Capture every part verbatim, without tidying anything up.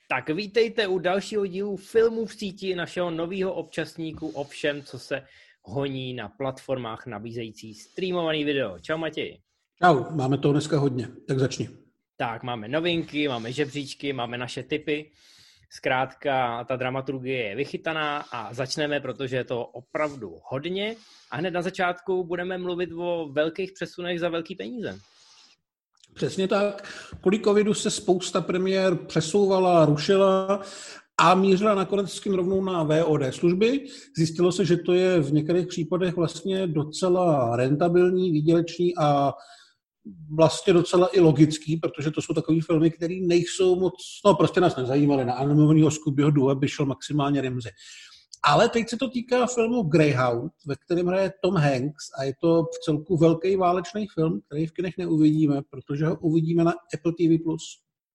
Tak vítejte u dalšího dílu Filmů v síti, našeho nového občasníku o všem, co se honí na platformách nabízející streamovaný video. Čau Matěj. Čau, máme toho dneska hodně, tak začni. Tak, máme novinky, máme žebříčky, máme naše tipy. Zkrátka, ta dramaturgie je vychytaná a začneme, protože je to opravdu hodně. A hned na začátku budeme mluvit o velkých přesunech za velký peníze. Přesně tak. Kvůli covidu se spousta premiér přesouvala, rušila a mířila nakonec s tím rovnou na V O D služby. Zjistilo se, že to je v některých případech vlastně docela rentabilní, výdělečný a vlastně docela i logický, protože to jsou takový filmy, které nejsou moc, no prostě nás nezajímaly. Na animovanýho Scoobyho Doo by šel maximálně Ramsey. Ale teď se to týká filmu Greyhound, ve kterém hraje Tom Hanks a je to v celku velký válečný film, který v kinech neuvidíme, protože ho uvidíme na Apple T V plus.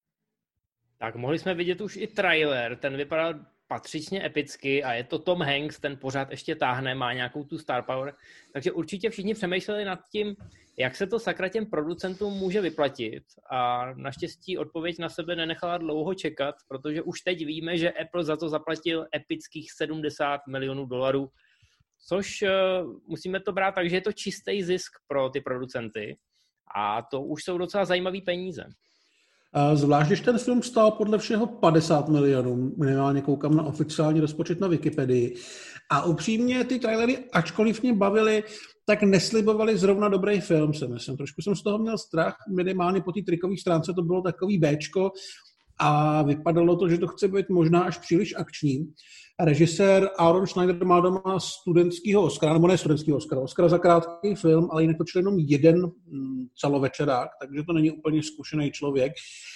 Tak mohli jsme vidět už i trailer, ten vypadal patřičně epicky a je to Tom Hanks, ten pořád ještě táhne, má nějakou tu star power, takže určitě všichni přemýšleli nad tím, jak se to sakra těm producentům může vyplatit a naštěstí odpověď na sebe nenechala dlouho čekat, protože už teď víme, že Apple za to zaplatil epických sedmdesát milionů dolarů, což uh, musíme to brát tak, že je to čistý zisk pro ty producenty a to už jsou docela zajímavý peníze. Zvlášť, když ten film stál podle všeho padesát milionů, minimálně koukám na oficiální rozpočet na Wikipedii. A upřímně ty trailery, ačkoliv mě bavily, tak neslibovali zrovna dobrý film, si myslím. Trošku jsem z toho měl strach, minimálně po té trikové stránce to bylo takový béčko a vypadalo to, že to chce být možná až příliš akční. Režisér Aaron Schneider má doma studentského Oscara, nebo ne studentského Oscara, Oscara za krátký film, ale jinak točil jenom jeden celovečerák, takže to není úplně zkušený člověk.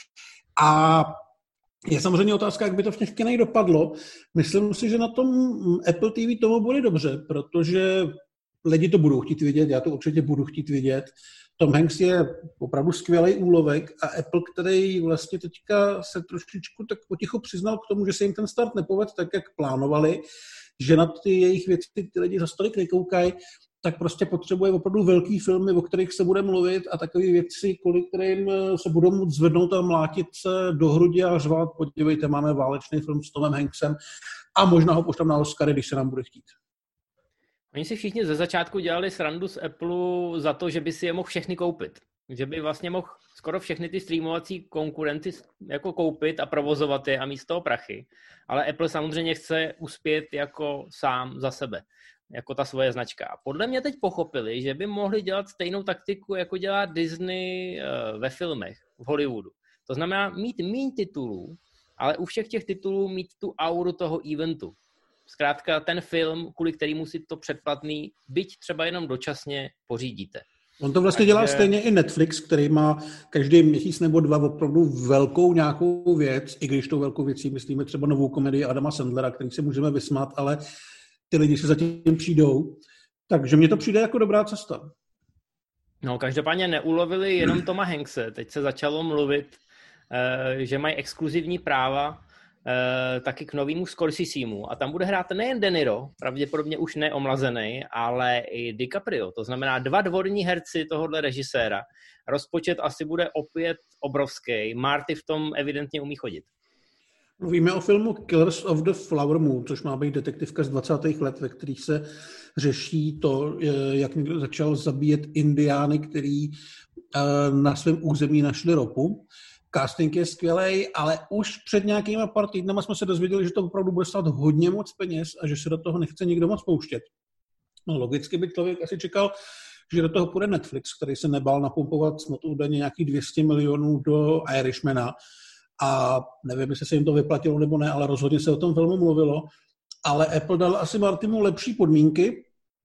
A je samozřejmě otázka, jak by to v těch kinech dopadlo. Myslím si, že na tom Apple T V tomu bude dobře, protože lidi to budou chtít vidět, já to určitě budu chtít vidět. Tom Hanks je opravdu skvělý úlovek a Apple, který vlastně teďka se trošičku tak potichu přiznal k tomu, že se jim ten start nepovedl tak, jak plánovali, že na ty jejich věci ty lidi za stolik nekoukají, tak prostě potřebuje opravdu velký filmy, o kterých se bude mluvit a takové věci, kvůli kterým se budou moct zvednout a mlátit se do hrudi a řvát, podívejte, máme válečný film s Tomem Hanksem a možná ho pošlem na Oscary, když se nám bude chtít. Oni si všichni ze začátku dělali srandu z Apple za to, že by si je mohl všechny koupit. Že by vlastně mohl skoro všechny ty streamovací konkurenty jako koupit a provozovat je a mít z toho prachy. Ale Apple samozřejmě chce uspět jako sám za sebe, jako ta svoje značka. Podle mě teď pochopili, že by mohli dělat stejnou taktiku, jako dělá Disney ve filmech v Hollywoodu. To znamená mít méně titulů, ale u všech těch titulů mít tu auru toho eventu. Zkrátka ten film, kvůli kterému si to předplatný, byť třeba jenom dočasně pořídíte. On to vlastně Takže... dělá stejně i Netflix, který má každý měsíc nebo dva opravdu velkou nějakou věc, i když tou velkou věcí myslíme třeba novou komedii Adama Sandlera, který se můžeme vysmát, ale ty lidi se zatím přijdou. Takže mně to přijde jako dobrá cesta. No, každopádně neulovili jenom Toma Hankse. Teď se začalo mluvit, že mají exkluzivní práva taky k novému Scorsesemu a tam bude hrát nejen De Niro, pravděpodobně už neomlazený, ale i DiCaprio, to znamená dva dvorní herci tohohle režiséra. Rozpočet asi bude opět obrovský, Marty v tom evidentně umí chodit. Mluvíme o filmu Killers of the Flower Moon, což má být detektivka z dvacátých let, ve kterých se řeší to, jak někdo začal zabíjet indiány, který na svém území našli ropu. Casting je skvělej, ale už před nějakýma pár týdnama jsme se dozvěděli, že to opravdu bude stát hodně moc peněz a že se do toho nechce nikdo moc pouštět. No, logicky by člověk asi čekal, že do toho půjde Netflix, který se nebál napumpovat snad údajně nějaký dvě stě milionů do Irishmana. A nevím, jestli se jim to vyplatilo nebo ne, ale rozhodně se o tom filmu mluvilo. Ale Apple dal asi Martimu lepší podmínky,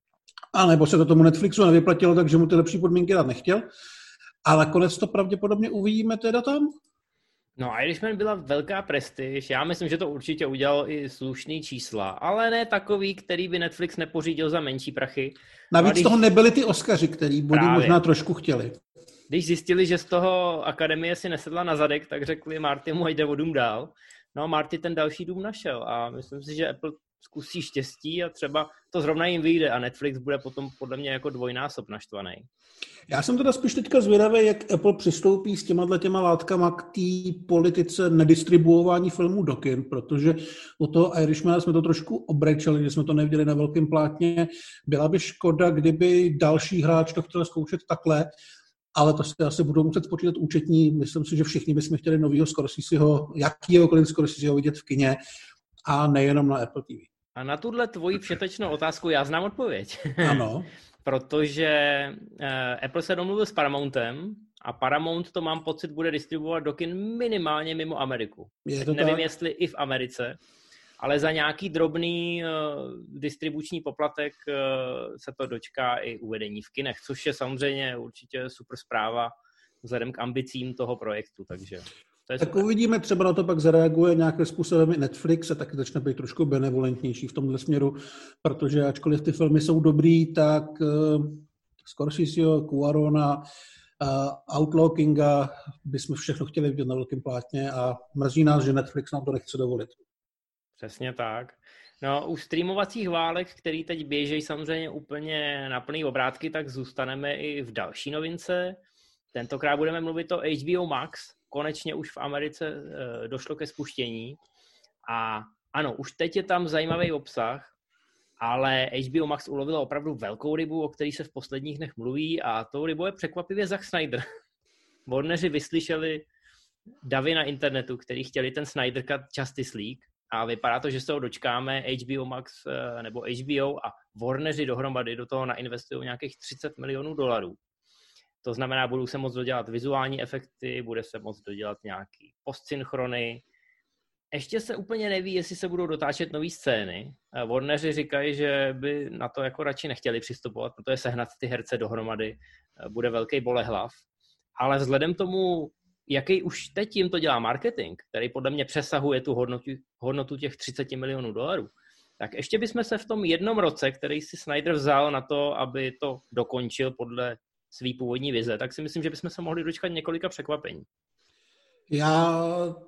a nebo se to tomu Netflixu nevyplatilo, takže mu ty lepší podmínky dát nechtěl. A nakonec to pravděpodobně uvidíme teda tam. No Irishman byla velká prestiž, já myslím, že to určitě udělalo i slušný čísla, ale ne takový, který by Netflix nepořídil za menší prachy. Navíc když... toho nebyly ty Oscaři, který body možná trošku chtěli. Když zjistili, že z toho akademie si nesedla na zadek, tak řekli Martymu, ať jde o dům dál. No Marty ten další dům našel a myslím si, že Apple zkusí štěstí a třeba to zrovna jim vyjde a Netflix bude potom podle mě jako dvojnásob naštvaný. Já jsem teda spíš teďka zvědavý, jak Apple přistoupí s těma těma látkama k té politice nedistribuování filmů do kin, protože u toho Irishmana jsme to trošku obrečeli, že jsme to neviděli na velkém plátně. Byla by škoda, kdyby další hráč to chtěl zkoušet takhle, ale to si asi budou muset počítat účetní. Myslím si, že všichni bychom chtěli novýho Scorseseho, jakýhokoliv Scorseseho vidět v kině a nejenom na Apple T V. A na tuhle tvoji všetečnou otázku já znám odpověď. Ano. Protože uh, Apple se domluvil s Paramountem a Paramount to mám pocit bude distribuovat do kin minimálně mimo Ameriku. Je to Nevím, tak? jestli i v Americe, ale za nějaký drobný uh, distribuční poplatek uh, se to dočká i uvedení v kinech, což je samozřejmě určitě super zpráva vzhledem k ambicím toho projektu, takže to je tak super. uvidíme, třeba na to pak zareaguje nějakým způsobem i Netflix a taky začne být trošku benevolentnější v tomhle směru, protože ačkoliv ty filmy jsou dobrý, tak uh, Scorseseho, Cuarona, uh, Outlaw Kinga bychom všechno chtěli vidět na velkém plátně a mrzí nás, že Netflix nám to nechce dovolit. Přesně tak. No, u streamovacích válek, který teď běžejí samozřejmě úplně na plný obrátky, tak zůstaneme i v další novince. Tentokrát budeme mluvit o H B O Max. Konečně už v Americe e, došlo ke spuštění. A ano, už teď je tam zajímavý obsah, ale H B O Max ulovilo opravdu velkou rybu, o který se v posledních dnech mluví, a tou rybou je překvapivě Zack Snyder. Warneri vyslyšeli davy na internetu, který chtěli ten Snyder Cut Justice League, a vypadá to, že se ho dočkáme. H B O Max nebo H B O a Warneri dohromady do toho nainvestují nějakých třicet milionů dolarů. To znamená, budou se moct dodělat vizuální efekty, bude se moct dodělat nějaký postsynchrony. Ještě se úplně neví, jestli se budou dotáčet nové scény. Warneri říkají, že by na to jako radši nechtěli přistupovat, protože sehnat ty herce dohromady bude velký bolehlav. Ale vzhledem tomu, jaký už teď jim to dělá marketing, který podle mě přesahuje tu hodnotu, hodnotu těch třicet milionů dolarů, tak ještě bychom se v tom jednom roce, který si Snyder vzal na to, aby to dokončil podle svý původní vize, tak si myslím, že bychom se mohli dočkat několika překvapení. Já...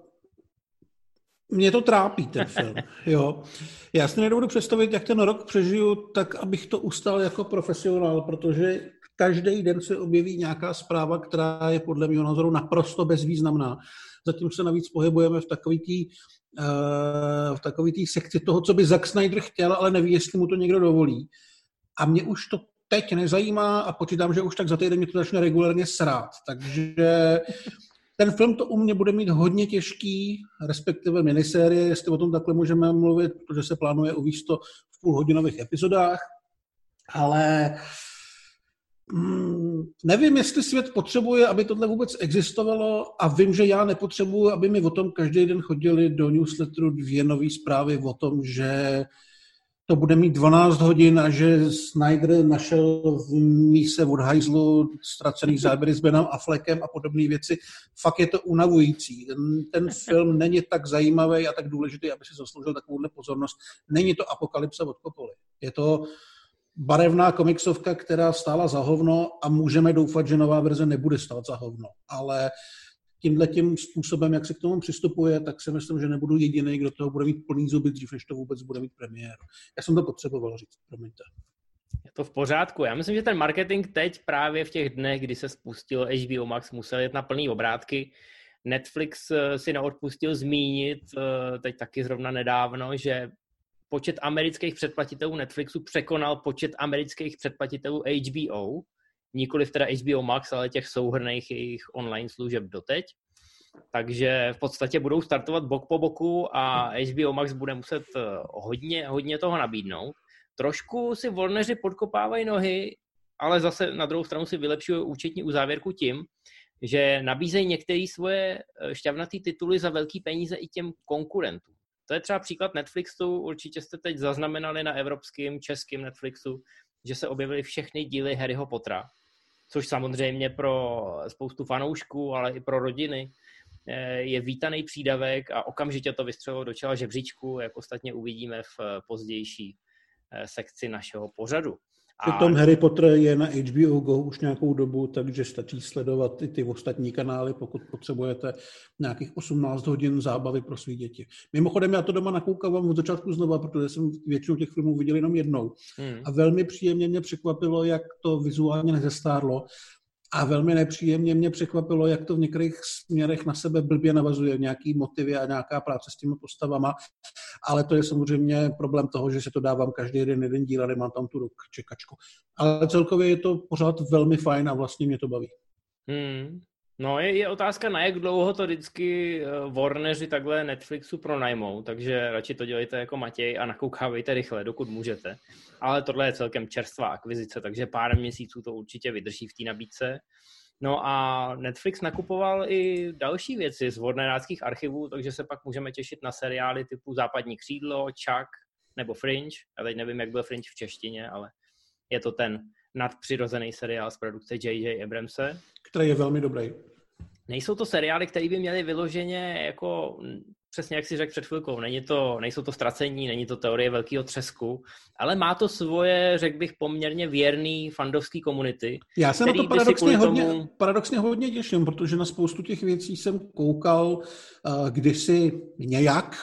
Mě to trápí, ten film. Jo. Já si nedovedu představit, jak ten rok přežiju, tak abych to ustal jako profesionál, protože každý den se objeví nějaká zpráva, která je podle mého názoru naprosto bezvýznamná. Zatím se navíc pohybujeme v takový tý, uh, v takový tý sekci toho, co by Zack Snyder chtěl, ale neví, jestli mu to někdo dovolí. A mě už to teď nezajímá a počítám, že už tak za týden mě to začne regulérně srát. Takže ten film to u mě bude mít hodně těžký, respektive minisérie, jestli o tom takhle můžeme mluvit, protože se plánuje uvést to v půlhodinových epizodách, ale mm, nevím, jestli svět potřebuje, aby tohle vůbec existovalo, a vím, že já nepotřebuji, aby mi o tom každý den chodili do newsletteru dvě nové zprávy o tom, že to bude mít dvanáct hodin a že Snyder našel v míse od hajzlu ztracený záběry s Benem Affleckem a podobné věci. Fakt je to unavující. Ten, ten film není tak zajímavý a tak důležitý, aby si zasloužil takovouhle pozornost. Není to Apokalypsa od Coppoly. Je to barevná komiksovka, která stála za hovno a můžeme doufat, že nová verze nebude stát za hovno. Ale tímhletím způsobem, jak se k tomu přistupuje, tak si myslím, že nebudu jediný, kdo toho bude mít plný zuby dřív, než to vůbec bude mít premiéru. Já jsem to potřeboval říct, promiňte. Je to v pořádku. Já myslím, že ten marketing teď právě v těch dnech, kdy se spustil H B O Max, musel jet na plný obrátky. Netflix si neodpustil zmínit teď taky zrovna nedávno, že počet amerických předplatitelů Netflixu překonal počet amerických předplatitelů H B O, nikoliv teda H B O Max, ale těch souhrnných jejich online služeb doteď. Takže v podstatě budou startovat bok po boku a H B O Max bude muset hodně, hodně toho nabídnout. Trošku si Warneri podkopávají nohy, ale zase na druhou stranu si vylepšují účetní uzávěrku tím, že nabízejí některé svoje šťavnaté tituly za velký peníze i těm konkurentům. To je třeba příklad Netflixu, určitě jste teď zaznamenali na evropském, českém Netflixu, že se objevily všechny díly Harryho Pottera, což samozřejmě pro spoustu fanoušků, ale i pro rodiny je vítaný přídavek a okamžitě to vystřelilo do čela žebříčku, jak ostatně uvidíme v pozdější sekci našeho pořadu. A... Tom Harry Potter je na H B O Go už nějakou dobu, takže stačí sledovat i ty ostatní kanály, pokud potřebujete nějakých osmnáct hodin zábavy pro své děti. Mimochodem, já to doma nakoukávám od začátku znova, protože jsem většinu těch filmů viděl jenom jednou. Hmm. A velmi příjemně mě překvapilo, jak to vizuálně nezestárlo. A velmi nepříjemně mě překvapilo, jak to v některých směrech na sebe blbě navazuje, nějaký motivy a nějaká práce s těmi postavama. Ale to je samozřejmě problém toho, že se to dávám každý jeden, jeden díl a nemám tam tu čekačku. Ale celkově je to pořád velmi fajn a vlastně mě to baví. Hmm. No je, je otázka, na jak dlouho to vždycky Warneri takhle Netflixu pronajmou, takže radši to dělejte jako Matěj a nakoukávejte rychle, dokud můžete. Ale tohle je celkem čerstvá akvizice, takže pár měsíců to určitě vydrží v té nabídce. No a Netflix nakupoval i další věci z warneráckých archivů, takže se pak můžeme těšit na seriály typu Západní křídlo, Chuck nebo Fringe. Já teď nevím, jak byl Fringe v češtině, ale je to ten nadpřirozený seriál z produkce J J Abramse. Který je velmi dobrý. Nejsou to seriály, které by měly vyloženě jako, přesně jak si řekl před chvilkou, není to, nejsou to ztracení, není to teorie velkého třesku, ale má to svoje, řekl bych, poměrně věrný fandovský komunity. Já se na to paradoxně, tomu... hodně, paradoxně hodně těším, protože na spoustu těch věcí jsem koukal uh, kdysi nějak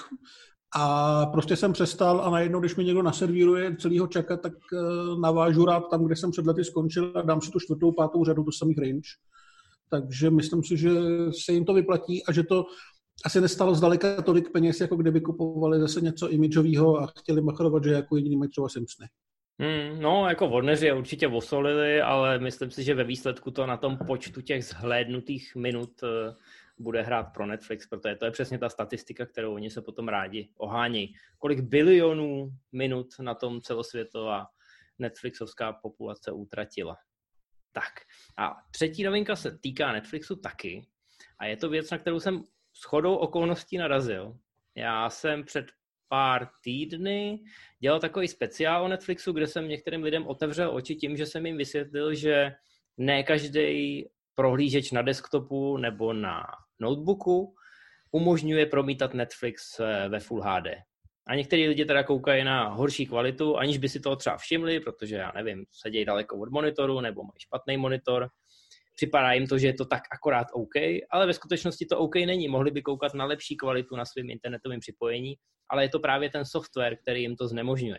a prostě jsem přestal a najednou, když mi někdo naservíruje celýho Chucka, tak uh, navážu rád tam, kde jsem před lety skončil a dám si tu čtvrtou, pátou řadu do samých Range. Takže myslím si, že se jim to vyplatí a že to asi nestalo zdaleka tolik peněz, jako kdyby kupovali zase něco imidžového a chtěli machrovat, že jako jediný mají třeba Simpsony. Hmm, no, jako Warneri je určitě osolili, ale myslím si, že ve výsledku to na tom počtu těch zhlédnutých minut bude hrát pro Netflix, protože to je přesně ta statistika, kterou oni se potom rádi ohánějí. Kolik bilionů minut na tom celosvětová Netflixovská populace utratila. Tak a třetí novinka se týká Netflixu taky a je to věc, na kterou jsem shodou okolností narazil. Já jsem před pár týdny dělal takový speciál o Netflixu, kde jsem některým lidem otevřel oči tím, že jsem jim vysvětlil, že ne každý prohlížeč na desktopu nebo na notebooku umožňuje promítat Netflix ve Full H D. A některý lidi teda koukají na horší kvalitu, aniž by si toho třeba všimli, protože já nevím, sedějí daleko od monitoru nebo mají špatný monitor. Připadá jim to, že je to tak akorát OK, ale ve skutečnosti to OK není. Mohli by koukat na lepší kvalitu na svém internetovém připojení, ale je to právě ten software, který jim to znemožňuje.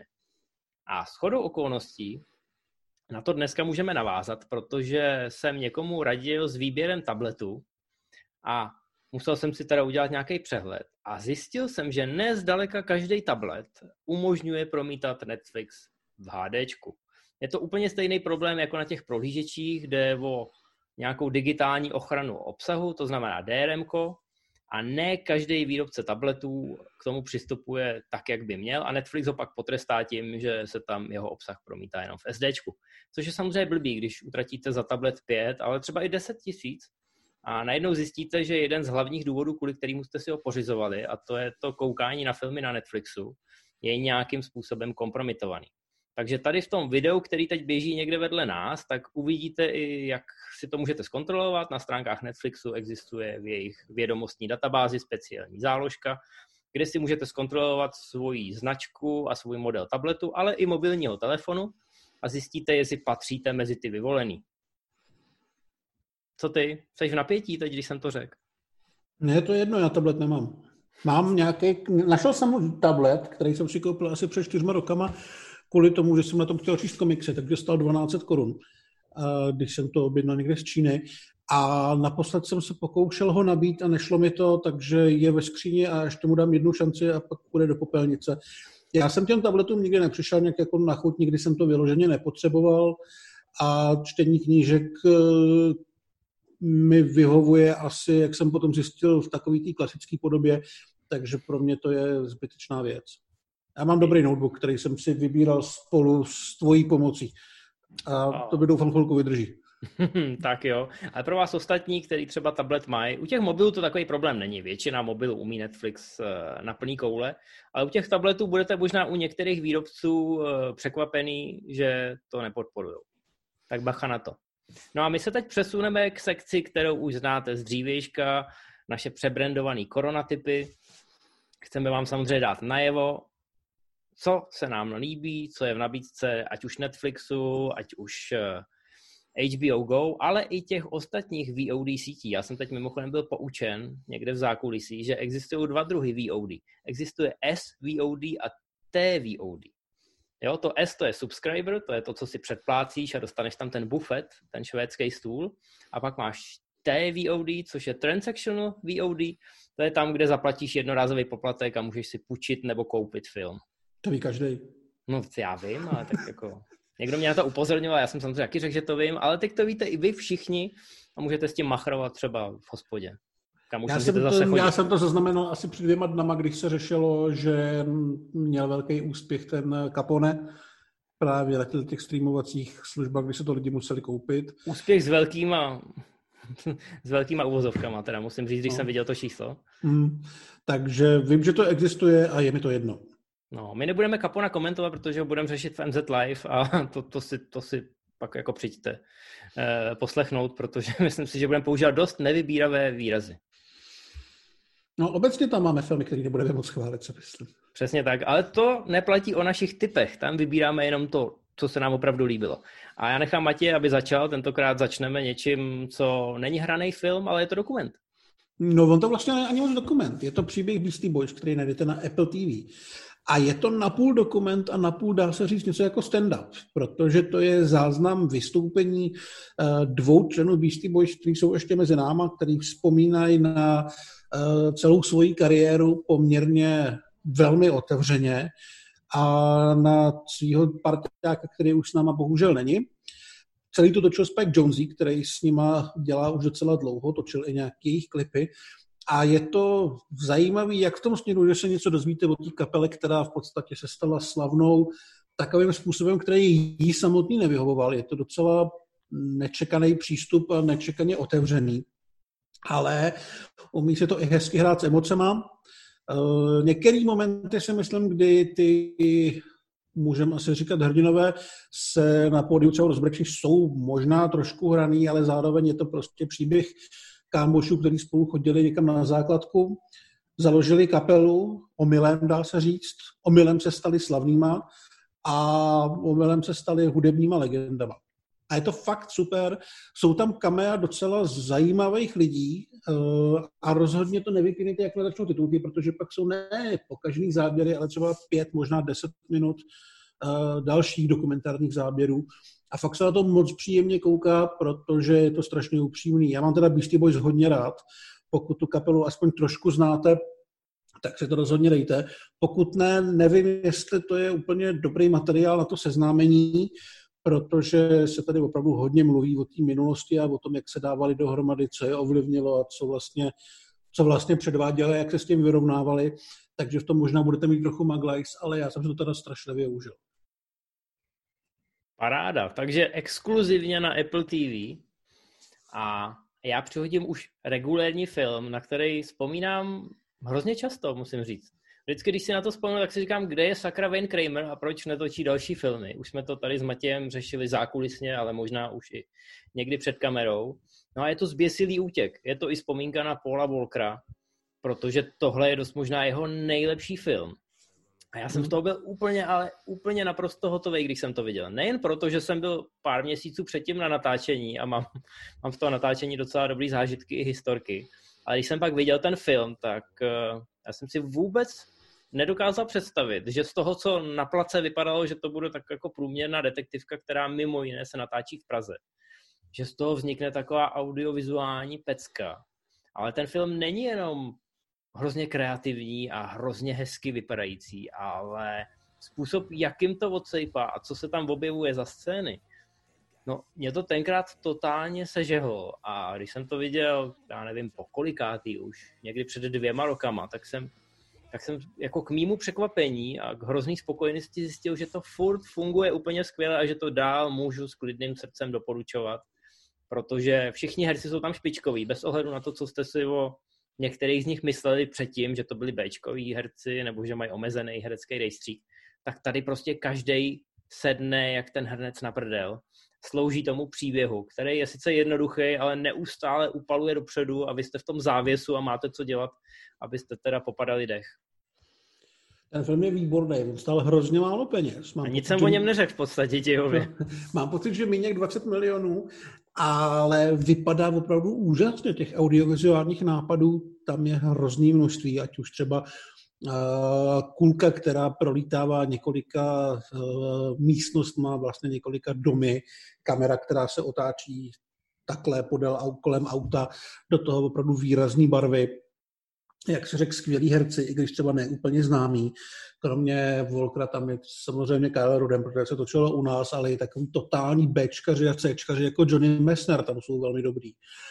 A shodou okolností na to dneska můžeme navázat, protože jsem někomu radil s výběrem tabletu a musel jsem si teda udělat nějaký přehled a zjistil jsem, že ne zdaleka každý tablet umožňuje promítat Netflix v HDčku. Je to úplně stejný problém jako na těch prohlížečích, kde je o nějakou digitální ochranu obsahu, to znamená D R M ko, a ne každý výrobce tabletů k tomu přistupuje tak, jak by měl a Netflix ho pak potrestá tím, že se tam jeho obsah promítá jenom v SDčku. Což je samozřejmě blbý, když utratíte za tablet pět, ale třeba i deset tisíc a najednou zjistíte, že jeden z hlavních důvodů, kvůli kterému jste si ho pořizovali, a to je to koukání na filmy na Netflixu, je nějakým způsobem kompromitovaný. Takže tady v tom videu, který teď běží někde vedle nás, tak uvidíte i, jak si to můžete zkontrolovat. Na stránkách Netflixu existuje v jejich vědomostní databázi speciální záložka, kde si můžete zkontrolovat svoji značku a svůj model tabletu, ale i mobilního telefonu a zjistíte, jestli patříte mezi ty vyvolený. Co ty? Jsi v napětí teď, když jsem to řekl? Ne, to je jedno, já tablet nemám. Mám nějaký, našel jsem tablet, který jsem si koupil asi před čtyřma rokama, kvůli tomu, že jsem na tom chtěl číst komiksy, takže stál dvanáct set korun, když jsem to objednal někde z Číny. A naposled jsem se pokoušel ho nabít a nešlo mi to, takže je ve skříni a ještě mu dám jednu šanci a pak půjde do popelnice. Já jsem těm tabletům nikdy nepřišel nějak jako na chuť, nikdy jsem to vyloženě nepotřeboval a čtení knížek mi vyhovuje asi, jak jsem potom zjistil, v takové té klasické podobě, takže pro mě to je zbytečná věc. Já mám dobrý notebook, který jsem si vybíral spolu s tvojí pomocí. A to by doufám chvilku vydrží. Tak jo. Ale pro vás ostatní, který třeba tablet mají, u těch mobilů to takový problém není. Většina mobilů umí Netflix na plný koule, ale u těch tabletů budete možná u některých výrobců překvapený, že to nepodporují. Tak bacha na to. No a my se teď přesuneme k sekci, kterou už znáte z dřívějška, naše přebrandované koronatypy. Chceme vám samozřejmě dát najevo, co se nám líbí, co je v nabídce, ať už Netflixu, ať už H B O Go, ale i těch ostatních V O D sítí. Já jsem teď mimochodem byl poučen někde v zákulisí, že existují dva druhy V O D. Existuje S V O D a T V O D. Jo, to S to je subscriber, to je to, co si předplácíš a dostaneš tam ten bufet, ten švédský stůl. A pak máš T V O D, což je transactional V O D, to je tam, kde zaplatíš jednorázový poplatek a můžeš si půjčit nebo koupit film. To ví každý. No já vím, ale tak jako... Někdo mě na to upozorňoval, já jsem samozřejmě taky řekl, že to vím, ale teď to víte i vy všichni a můžete s tím machrovat třeba v hospodě. Kam už já, jsem to, zase já jsem to zaznamenal asi před dvěma dnama, když se řešilo, že měl velký úspěch ten Capone právě na těch streamovacích službách, kdy se to lidi museli koupit. Úspěch s velkýma, s velkýma uvozovkama, teda musím říct, když no. jsem viděl to číslo. Hmm. Takže vím, že to existuje a je mi to jedno. No, my nebudeme Capona komentovat, protože ho budeme řešit v M Z Live a to, to, si, to si pak jako přijďte eh, poslechnout, protože myslím si, že budeme používat dost nevybíravé výrazy. No, obecně tam máme filmy, které nebudeme moc chválit, co myslím. Přesně tak, ale to neplatí o našich typech. Tam vybíráme jenom to, co se nám opravdu líbilo. A já nechám Matěje, aby začal. Tentokrát začneme něčím, co není hraný film, ale je to dokument. No, on to vlastně není ani moc dokument. Je to příběh Beastie Boys, který najdete na Apple T V. A je to napůl dokument a napůl dá se říct něco jako stand-up, protože to je záznam vystoupení dvou členů Beastie Boys, kteří jsou ještě mezi náma, kteří vzpomínají na celou svoji kariéru poměrně velmi otevřeně a na svýho parťáka, který už s náma bohužel není. Celý to točil Spike Jonze, který s nima dělá už docela dlouho, točil i nějaké jejich klipy. A je to zajímavý, jak v tom směru, že se něco dozvíte o té kapele, která v podstatě se stala slavnou takovým způsobem, který jí samotný nevyhovoval. Je to docela nečekaný přístup a nečekaně otevřený. Ale umí se to i hezky hrát s emocema. Uh, některý momenty si myslím, kdy ty, můžeme asi říkat hrdinové, se na pódiu celou rozbrečí, jsou možná trošku hraný, ale zároveň je to prostě příběh kámošů, kteří spolu chodili někam na základku, založili kapelu, omylem dá se říct, omylem se stali slavnýma a omylem se stali hudebníma legendama. A je to fakt super. Jsou tam kamea docela zajímavých lidí a rozhodně to nevypínejte, jak začnou titulky, protože pak jsou ne pokažný záběry, ale třeba pět, možná deset minut dalších dokumentárních záběrů. A fakt se na to moc příjemně kouká, protože je to strašně upřímný. Já mám teda Beastie Boys hodně rád. Pokud tu kapelu aspoň trošku znáte, tak si to rozhodně dejte. Pokud ne, nevím, jestli to je úplně dobrý materiál na to seznámení, protože se tady opravdu hodně mluví o té minulosti a o tom, jak se dávali dohromady, co je ovlivnilo a co vlastně, co vlastně předváděli, jak se s tím vyrovnávali. Takže v tom možná budete mít trochu maglajs, ale já jsem to teda strašlivě užil. Paráda, takže exkluzivně na Apple T V a já přihodím už regulérní film, na který vzpomínám hrozně často, musím říct. Vždycky, když si na to vzpomínám, tak si říkám, kde je sakra Wayne Kramer a proč netočí další filmy. Už jsme to tady s Matějem řešili zákulisně, ale možná už i někdy před kamerou. No a je to Zběsilý útěk. Je to i vzpomínka na Paula Walkera, protože tohle je dost možná jeho nejlepší film. A já jsem z toho byl úplně, ale úplně naprosto hotový, když jsem to viděl. Nejen proto, že jsem byl pár měsíců předtím na natáčení a mám, mám z toho natáčení docela dobrý zážitky i historky, ale když jsem pak viděl ten film, tak uh, já jsem si vůbec nedokázal představit, že z toho, co na place vypadalo, že to bude tak jako průměrná detektivka, která mimo jiné se natáčí v Praze, že z toho vznikne taková audiovizuální pecka. Ale ten film není jenom hrozně kreativní a hrozně hezky vypadající, ale způsob, jakým to odsejpá a co se tam objevuje za scény, no mě to tenkrát totálně sežehlo a když jsem to viděl, já nevím po kolikátý už, někdy před dvěma rokama, tak jsem, tak jsem jako k mýmu překvapení a k hrozný spokojenosti zjistil, že to furt funguje úplně skvěle a že to dál můžu s klidným srdcem doporučovat, protože všichni herci jsou tam špičkoví, bez ohledu na to, co jste si o některých z nich mysleli předtím, že to byli béčkoví herci nebo že mají omezený herecký rejstřík, tak tady prostě každej sedne jak ten hrnec na prdel. Slouží tomu příběhu, který je sice jednoduchý, ale neustále upaluje dopředu a vy jste v tom závěsu a máte co dělat, abyste teda popadali dech. Ten film je výborný, on stál hrozně málo peněz. Mám a nic pocit, jsem o něm neřekl v podstatě, dějově. Mám pocit, že méně jak dvacet milionů, ale vypadá opravdu úžasně. Těch audiovizuálních nápadů tam je hrozný množství, ať už třeba uh, kulka, která prolítává několika uh, místnostma, vlastně několika domy, kamera, která se otáčí takhle podél kolem auta, do toho opravdu výrazný barvy. Jak se řekl, skvělí herci, i když třeba neúplně známý. Kromě Volkera tam je samozřejmě Kyle Rudem, protože se točilo u nás, ale i takový totální Bčkaři a Cčkaři jako Johnny Messner tam jsou velmi dobrý.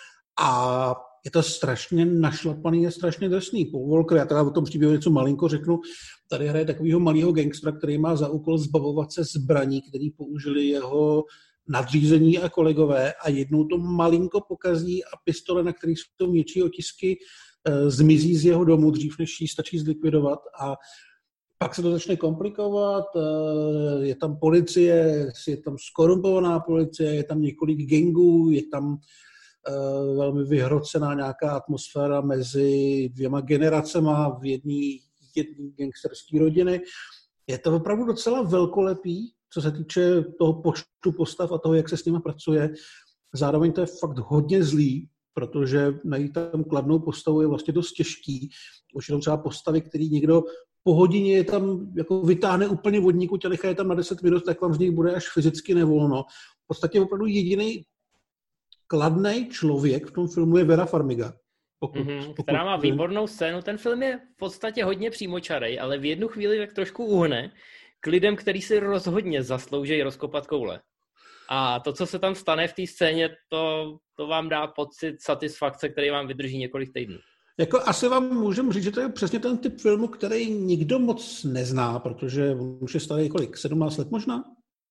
A je to strašně našlapaný a strašně drsný. Po Volker, já teda o tom příběhu něco malinko řeknu, tady hraje takového malého gangstera, který má za úkol zbavovat se zbraní, který použili jeho nadřízení a kolegové a jednou to malinko pokazí a pistole, na kterých jsou něčí otisky, zmizí z jeho domu dřív, než ji stačí zlikvidovat a pak se to začne komplikovat, je tam policie, je tam skorumpovaná policie, je tam několik gangů, je tam velmi vyhrocená nějaká atmosféra mezi dvěma generacema v jedné gangsterské rodiny. Je to opravdu docela velkolepý, co se týče toho počtu postav a toho, jak se s nimi pracuje. Zároveň to je fakt hodně zlý, protože najít tam kladnou postavu je vlastně dost těžký. Už jenom třeba postavy, který někdo po hodině je tam jako vytáhne úplně vodníku a nechá je tam na deset minut, tak vám z nich bude až fyzicky nevolno. V podstatě opravdu jediný kladný člověk v tom filmu je Vera Farmiga. Pokud, mm-hmm, pokud která má výbornou scénu. Ten film je v podstatě hodně přímočarej, ale v jednu chvíli tak trošku uhne k lidem, kteří si rozhodně zaslouží rozkopat koule. A to, co se tam stane v té scéně, to, to vám dá pocit satisfakce, který vám vydrží několik týdnů. Jako asi vám můžeme říct, že to je přesně ten typ filmu, který nikdo moc nezná, protože už je starý kolik, sedmnáct let možná?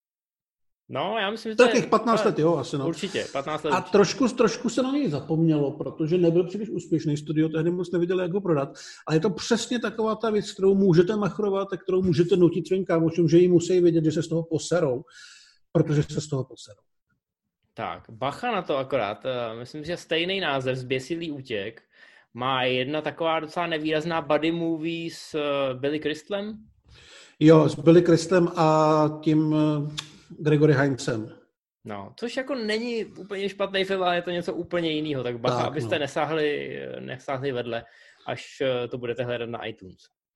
No, já myslím, že to je... patnáct let, jo, asi no. Určitě, patnáct let. A trošku, trošku se na něj zapomnělo, protože nebyl příliš úspěšný, studio tehdy moc nevěděli, jak ho prodat, ale je to přesně taková ta věc, kterou můžete machrovat a kterou můžete nutit svým kámošům, že jí musí vědět, že se z toho poserou, protože se z toho poserou. Tak, bacha na to akorát. Myslím, že stejný název, Zběsilý útěk, má jedna taková docela nevýrazná buddy movie s Billy Crystalem. Jo, s Billy Crystalem a tím Gregory Hines. No, což jako není úplně špatný film, ale je to něco úplně jiného, tak bacha, tak, abyste no. nesáhli, nesáhli vedle, až to budete hledat na iTunes.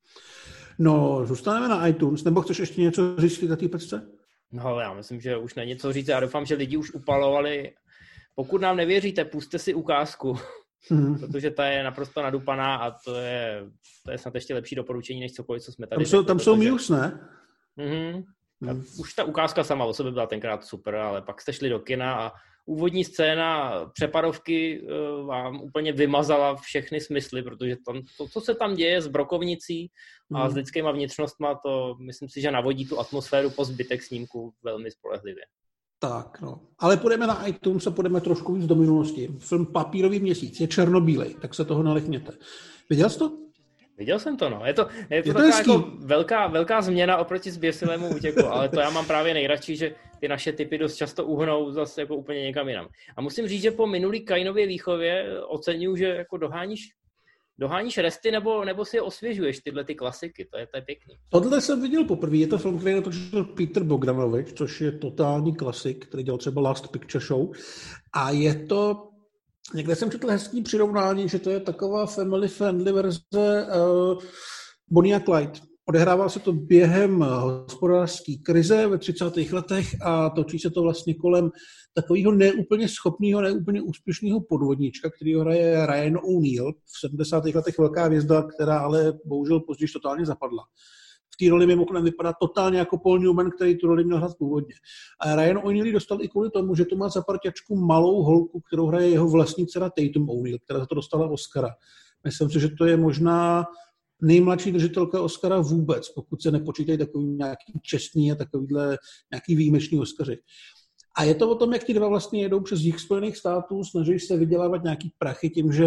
No, zůstaneme na iTunes, nebo chceš ještě něco říct na té pecce? No, já myslím, že už není co říct. Já doufám, že lidi už upalovali. Pokud nám nevěříte, pusťte si ukázku, hmm. protože ta je naprosto nadupaná a to je, to je snad ještě lepší doporučení, než cokoliv, co jsme tady. Tam jsou, tam protože... jsou Muse, ne? Mhm. Hmm. Už ta ukázka sama o sobě byla tenkrát super, ale pak jste šli do kina a úvodní scéna přepadovky vám úplně vymazala všechny smysly, protože tam, to, co se tam děje s brokovnicí a hmm. s lidskýma vnitřnostma, to myslím si, že navodí tu atmosféru po zbytek snímku velmi spolehlivě. Tak, no. Ale půjdeme na iTunes a půjdeme trošku víc do minulosti. Film Papírový měsíc je černobílej, tak se toho nalechněte. Viděl jsi to? Viděl jsem to, no. Je to, je to, je to taková jako velká, velká změna oproti Zběsilému útěku, ale to já mám právě nejradši, že ty naše typy dost často uhnou zase jako úplně někam jinam. A musím říct, že po minulý Kainově výchově oceňuji, že jako doháníš, doháníš resty nebo, nebo si je osvěžuješ, tyhle ty klasiky, to je, to je pěkný. Tohle jsem viděl poprvé, je to film, který natočil Peter Bogdanovich, což je totální klasik, který dělal třeba Last Picture Show. A je to... Někde jsem četl hezký přirovnání, že to je taková family-friendly verze uh, Bonnie a Clyde. Odehrává se to během hospodářské krize ve třicátých letech a točí se to vlastně kolem takového neúplně schopného, neúplně úspěšného podvodníčka, který hraje Ryan O'Neal, v sedmdesátých letech velká hvězda, která ale bohužel později totálně zapadla. V té roli mimochodem vypadá totálně jako Paul Newman, který tu roli měl hrát původně. A Ryan O'Neal dostal i kvůli tomu, že to má za parťačku malou holku, kterou hraje jeho vlastní dcera Tatum O'Neal, která za to dostala Oscara. Myslím si, že to je možná nejmladší držitelka Oscara vůbec, pokud se nepočítají takový nějaký čestní a takovýhle nějaký výjimečný Oscaři. A je to o tom, jak ti dva vlastně jedou přes jich Spojených států, snaží se vydělávat nějaký prachy tím, že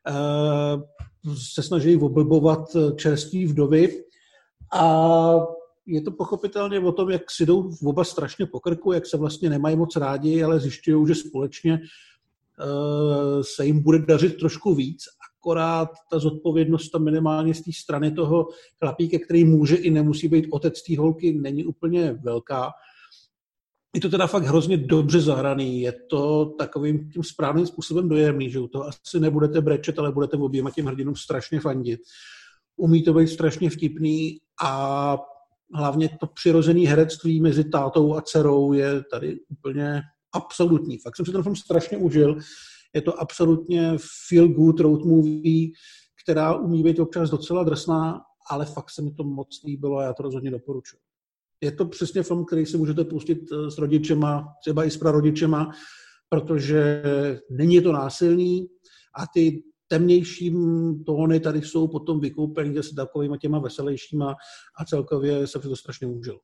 uh, se snaží oblbovat čerství vdovy. A je to pochopitelně o tom, jak si jdou oba strašně po krku, jak se vlastně nemají moc rádi, ale zjišťují, že společně uh, se jim bude dařit trošku víc. A akorát ta zodpovědnost tam minimálně z té strany toho chlapíka, který může i nemusí být otec té holky, není úplně velká. Je to teda fakt hrozně dobře zahraný, je to takovým tím správným způsobem dojemný, že u toho asi nebudete brečet, ale budete oběma těm hrdinům strašně fandit. Umí to být strašně vtipný a hlavně to přirozené herectví mezi tátou a dcerou je tady úplně absolutní. Fakt jsem si ten film strašně užil. Je to absolutně feel good road movie, která umí být občas docela drsná, ale fakt se mi to moc líbilo a já to rozhodně doporučuji. Je to přesně film, který si můžete pustit s rodičema, třeba i s prarodičema, protože není to násilný a ty temnější tóny tady jsou potom vykoupený zase takovýma těma veselějšíma a celkově jsem si to strašně užil.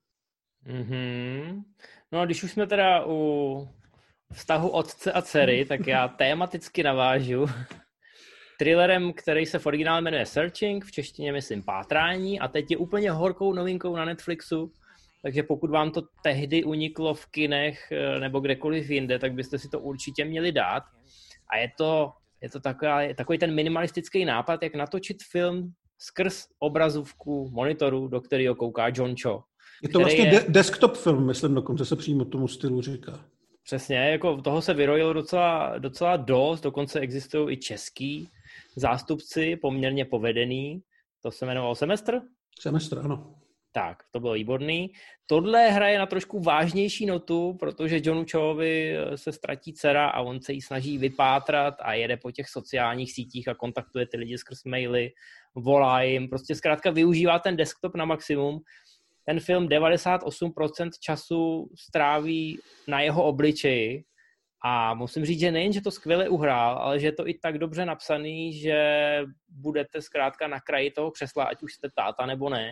Mm-hmm. No a když už jsme teda u vztahu otce a dcery, tak já tematicky navážu thrillerem, který se v originále jmenuje Searching, v češtině myslím Pátrání a teď je úplně horkou novinkou na Netflixu, takže pokud vám to tehdy uniklo v kinech nebo kdekoliv jinde, tak byste si to určitě měli dát. A je to, je to taková, takový ten minimalistický nápad, jak natočit film skrz obrazovku monitoru, do kterého kouká John Cho. Je to vlastně je... de- desktop film, myslím, dokonce se přímo tomu stylu říká. Přesně, jako toho se vyrojilo docela, docela dost, dokonce existují i český zástupci, poměrně povedený. To se jmenovalo Semestr? Semestr, ano. Tak, to bylo výborný. Tohle hraje na trošku vážnější notu, protože Johnu Chovi se ztratí dcera a on se jí snaží vypátrat a jede po těch sociálních sítích a kontaktuje ty lidi skrz maily, volá jim, prostě zkrátka využívá ten desktop na maximum. Ten film devadesát osm procent času stráví na jeho obličeji a musím říct, že nejen, že to skvěle uhrál, ale že je to i tak dobře napsaný, že budete zkrátka na kraji toho křesla, ať už jste táta nebo ne,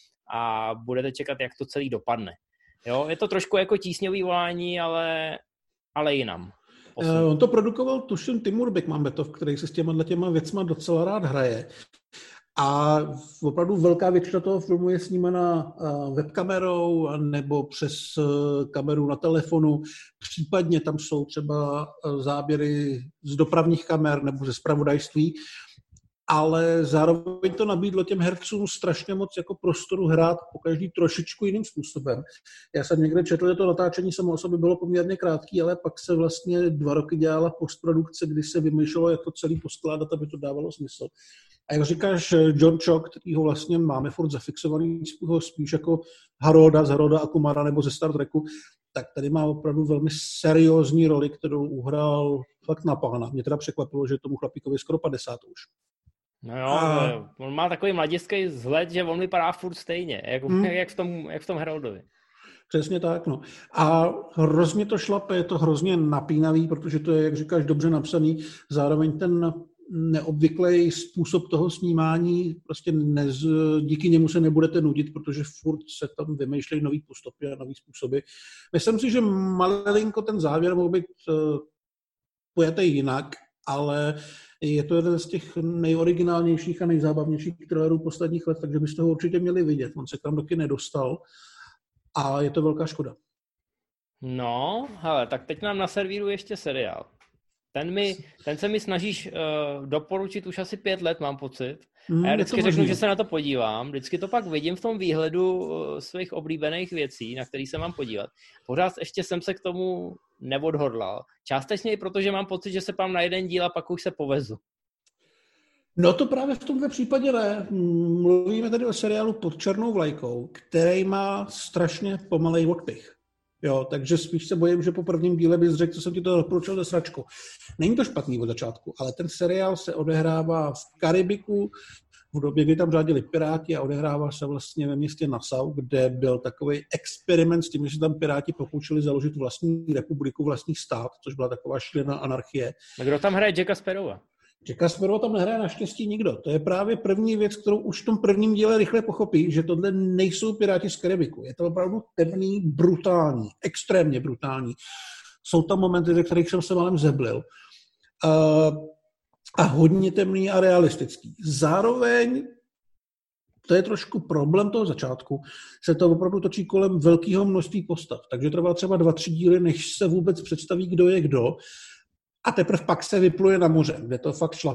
a budete čekat, jak to celý dopadne. Jo, je to trošku jako tísňový volání, ale, ale jinam. Uh, on to produkoval, tuším, Timur Bekmambetov, který se s těma, těma věcma docela rád hraje. A opravdu velká většina toho filmu je snímaná webkamerou nebo přes kameru na telefonu. Případně tam jsou třeba záběry z dopravních kamer nebo ze zpravodajství. Ale zároveň to nabídlo těm hercům strašně moc jako prostoru hrát po každý trošičku jiným způsobem. Já jsem někde četl, že to natáčení samo o sobě bylo poměrně krátký, ale pak se vlastně dva roky dělala postprodukce, kdy se vymýšlelo, jak to celý poskládat, aby to dávalo smysl. A jak říkáš, John Cho, kterýho vlastně máme furt zafixovaný spíš jako Haroda z Haroda a Kumara nebo ze Star Treku, tak tady má opravdu velmi seriózní roli, kterou uhrál fakt na pána. Mě teda překvapilo, že tomu chlapíkovi skoro padesát už. No jo, a... on má takový mladický vzhled, že on vypadá furt stejně, jak, hmm. jak, v, tom, jak v tom Haroldovi. Přesně tak, no. A hrozně to šlape, je to hrozně napínavý, protože to je, jak říkáš, dobře napsaný. Zároveň ten neobvyklý způsob toho snímání, prostě nez, díky němu se nebudete nudit, protože furt se tam vymýšlejí nový postupy a nový způsoby. Myslím si, že malinko ten závěr mohl být uh, pojatý jinak, ale je to jeden z těch nejoriginálnějších a nejzábavnějších thrillerů posledních let, takže byste ho určitě měli vidět. On se tam taky nedostal a je to velká škoda. No, hele, tak teď nám naservíruji ještě seriál. Ten, mi, ten se mi snažíš uh, doporučit už asi pět let, mám pocit. Mm, a já vždycky řeknu, že se na to podívám. Vždycky to pak vidím v tom výhledu uh, svých oblíbených věcí, na který se mám podívat. Pořád ještě jsem se k tomu neodhodlal. Částečně i proto, že mám pocit, že se pám na jeden díl a pak už se povezu. No to právě v tomto případě ne. Mluvíme tady o seriálu Pod černou vlajkou, který má strašně pomalej odpich. Jo, takže spíš se bojím, že po prvním díle bys řekl, co jsem ti to doporučil ze sračku. Není to špatný od začátku, ale ten seriál se odehrává v Karibiku, v době, kdy tam řádili piráti a odehrává se vlastně ve městě Nassau, kde byl takový experiment s tím, že se tam piráti pokoušeli založit vlastní republiku, vlastní stát, což byla taková šílená anarchie. A kdo tam hraje Jacka Sparrowa? Jacka Sparrowa tam nehraje naštěstí nikdo. To je právě první věc, kterou už v tom prvním díle rychle pochopí, že tohle nejsou piráti z Karibiku. Je to opravdu temný, brutální, extrémně brutální. Jsou tam momenty, ve kterých jsem se malem zeblil. Uh, a hodně temný a realistický. Zároveň, to je trošku problém toho začátku, se to opravdu točí kolem velkého množství postav. Takže trvá třeba dva, tři díly, než se vůbec představí, kdo je kdo. A teprve pak se vypluje na moře, kde to fakt šlape.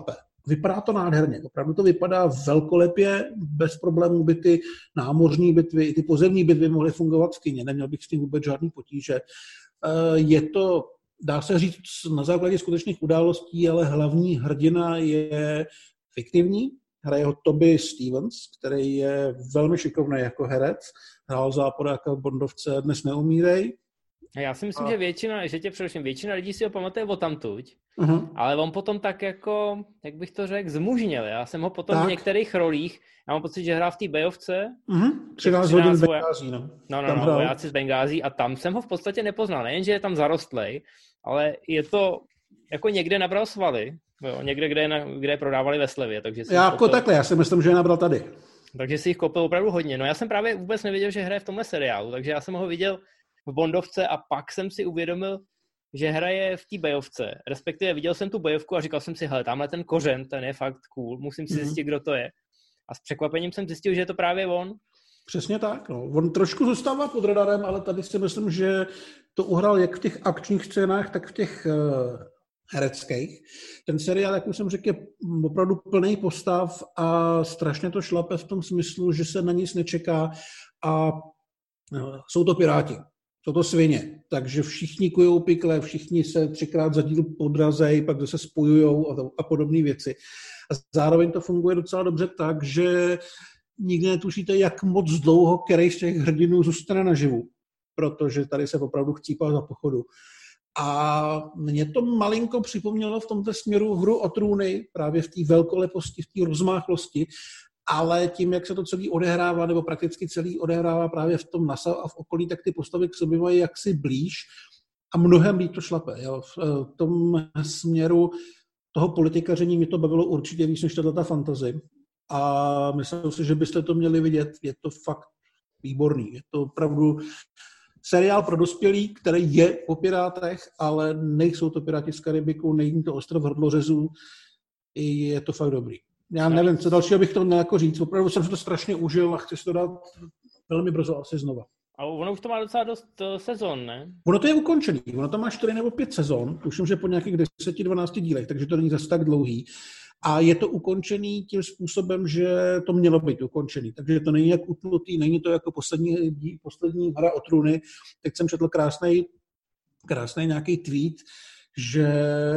vypadá to nádherně. Opravdu to vypadá velkolepě, bez problémů by ty námořní bitvy, i ty pozemní bitvy mohly fungovat v kině. Neměl bych s tím vůbec žádný potíže. Je to, dá se říct, na základě skutečných událostí, ale hlavní hrdina je fiktivní. Hraje ho Toby Stevens, který je velmi šikovný jako herec. Hrál záporáka v Bondovce Dnes neumírej. Já si myslím, a... že většina, že tě především většina lidí si ho pamatuje odtamtud, uh-huh. ale on potom tak jako, jak bych to řekl, zmužnil. Já jsem ho potom tak. v některých rolích, já mám pocit, že hrál v té Bejovce. Uh-huh. třináct hodin v Bengází, no. No, no, no, no vojáci z Bengází a tam jsem ho v podstatě nepoznal. Nejen, že je tam zarostlej, ale je to, jako někde nabral svaly, jo, někde, kde je, na, kde je prodávali ve slevě. Takže já jako kopil, takhle, já si myslím, že je nabral tady. Takže si jich koupil opravdu hodně. No já jsem právě vůbec nevěděl, že hraje v tomhle seriálu, takže já jsem ho viděl v Bondovce a pak jsem si uvědomil, že hraje v té Bejovce. Respektive viděl jsem tu Bejovku a říkal jsem si, hele, tamhle ten kořen, ten je fakt cool, musím si zjistit, kdo to je. A s překvapením jsem zjistil, že je to právě on. Přesně tak. No. On trošku zůstává pod radarem, ale tady si myslím, že to uhrál jak v těch akčních scénách, tak v těch uh, hereckých. Ten seriál, jak už jsem řekl, je opravdu plný postav a strašně to šlape v tom smyslu, že se na nic nečeká a uh, jsou to piráti. Jsou to svině, takže všichni kujou pikle, všichni se třikrát za díl podrazej, pak zase spojujou a, a podobné věci. A zároveň to funguje docela dobře tak, že nikdy netušíte, jak moc dlouho který z těch hrdinů zůstane naživu, protože tady se opravdu chcípá za pochodu. A mě to malinko připomnělo v tomto směru Hru o trůny, právě v té velkoleposti, v té rozmáchlosti, ale tím, jak se to celý odehrává, nebo prakticky celý odehrává právě v tom Nassau a v okolí, tak ty postavy k sobě mají jaksi blíž a mnohem líp to šlape. Jo. V tom směru toho politikaření mě to bavilo určitě víc než tato fantasy. A myslím si, že byste to měli vidět. Je to fakt výborný. Je to opravdu seriál pro dospělý, který je o pirátech, ale nejsou to piráti z Karibiku, není to ostrov hrdlořezů. Je to fakt dobrý. Já nevím, co dalšího bych to měl jako říct. Opravdu jsem se to strašně užil a chci si to dát velmi brzo asi znova. A ono už to má docela dost sezon, ne? Ono to je ukončený. Ono to má čtyři nebo pět sezon. Tuším, že po nějakých deseti dvanácti dílech, takže to není zase tak dlouhý. A je to ukončený tím způsobem, že to mělo být ukončený. Takže to není jak utnutý, není to jako poslední, poslední Hra o trůny. Teď jsem četl krásnej, krásnej nějaký tweet, že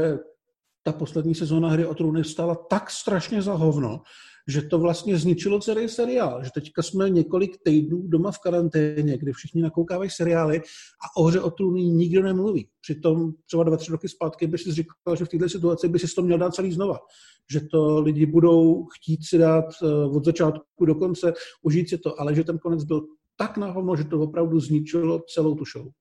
ta poslední sezóna Hry o trůny stala tak strašně za hovno, že to vlastně zničilo celý seriál. Že teďka jsme několik týdnů doma v karanténě, kdy všichni nakoukávají seriály a o Hře o trůny nikdo nemluví. Přitom třeba dva, tři roky zpátky by si říkal, že v této situaci by si to měl dát celý znova. Že to lidi budou chtít si dát od začátku do konce, užít si to, ale že ten konec byl tak na hovno, že to opravdu zničilo celou tu show.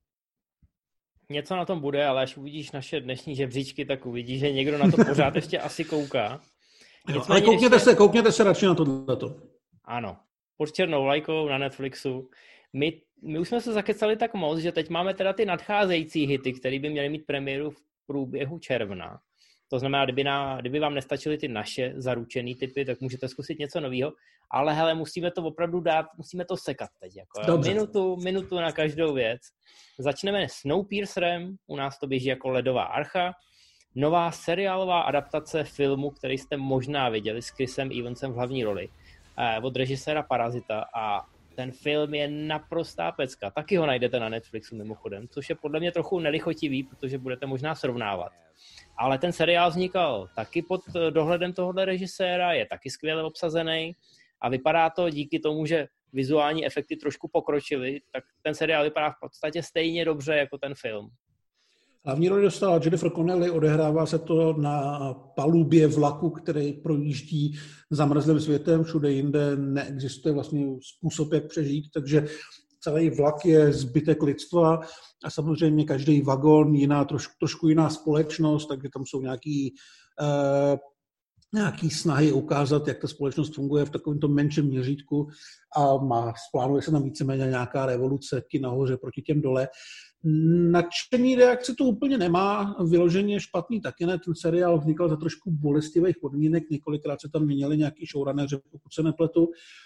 Něco na tom bude, ale až uvidíš naše dnešní žebříčky, tak uvidíš, že někdo na to pořád ještě asi kouká. Jo, ale koukněte, ještě... se, koukněte se radši na tohleto. Ano, pod černou lajkou na Netflixu. My, my už jsme se zakecali tak moc, že teď máme teda ty nadcházející hity, které by měly mít premiéru v průběhu června. To znamená, kdyby, na, kdyby vám nestačily ty naše zaručený typy, tak můžete zkusit něco nového. Ale hele, musíme to opravdu dát, musíme to sekat teď. Jako, minutu, minutu na každou věc. Začneme Snowpiercerem, u nás to běží jako Ledová archa. Nová seriálová adaptace filmu, který jste možná viděli s Chrisem Evansem v hlavní roli, od režiséra Parazita a ten film je naprostá pecka. Taky ho najdete na Netflixu mimochodem, což je podle mě trochu nelichotivý, protože budete možná srovnávat. Ale ten seriál vznikal taky pod dohledem tohohle režiséra, je taky skvěle obsazený a vypadá to díky tomu, že vizuální efekty trošku pokročily, tak ten seriál vypadá v podstatě stejně dobře jako ten film. Hlavní roli dostala Jennifer Connelly, odehrává se to na palubě vlaku, který projíždí zamrzlým světem, všude jinde neexistuje vlastně způsob, jak přežít, takže celý vlak je zbytek lidstva a samozřejmě každý vagón jiná, trošku, trošku jiná společnost, takže tam jsou nějaký, uh, nějaký snahy ukázat, jak ta společnost funguje v takovémto menším měřítku a má, plánuje se tam víceméně nějaká revoluce, ti nahoře proti těm dole. Nadšení reakce to úplně nemá, vyloženě špatný taky ne, ten seriál vznikal za trošku bolestivých podmínek, několikrát se tam měnili nějaký showrunneři, pokud se nepletu,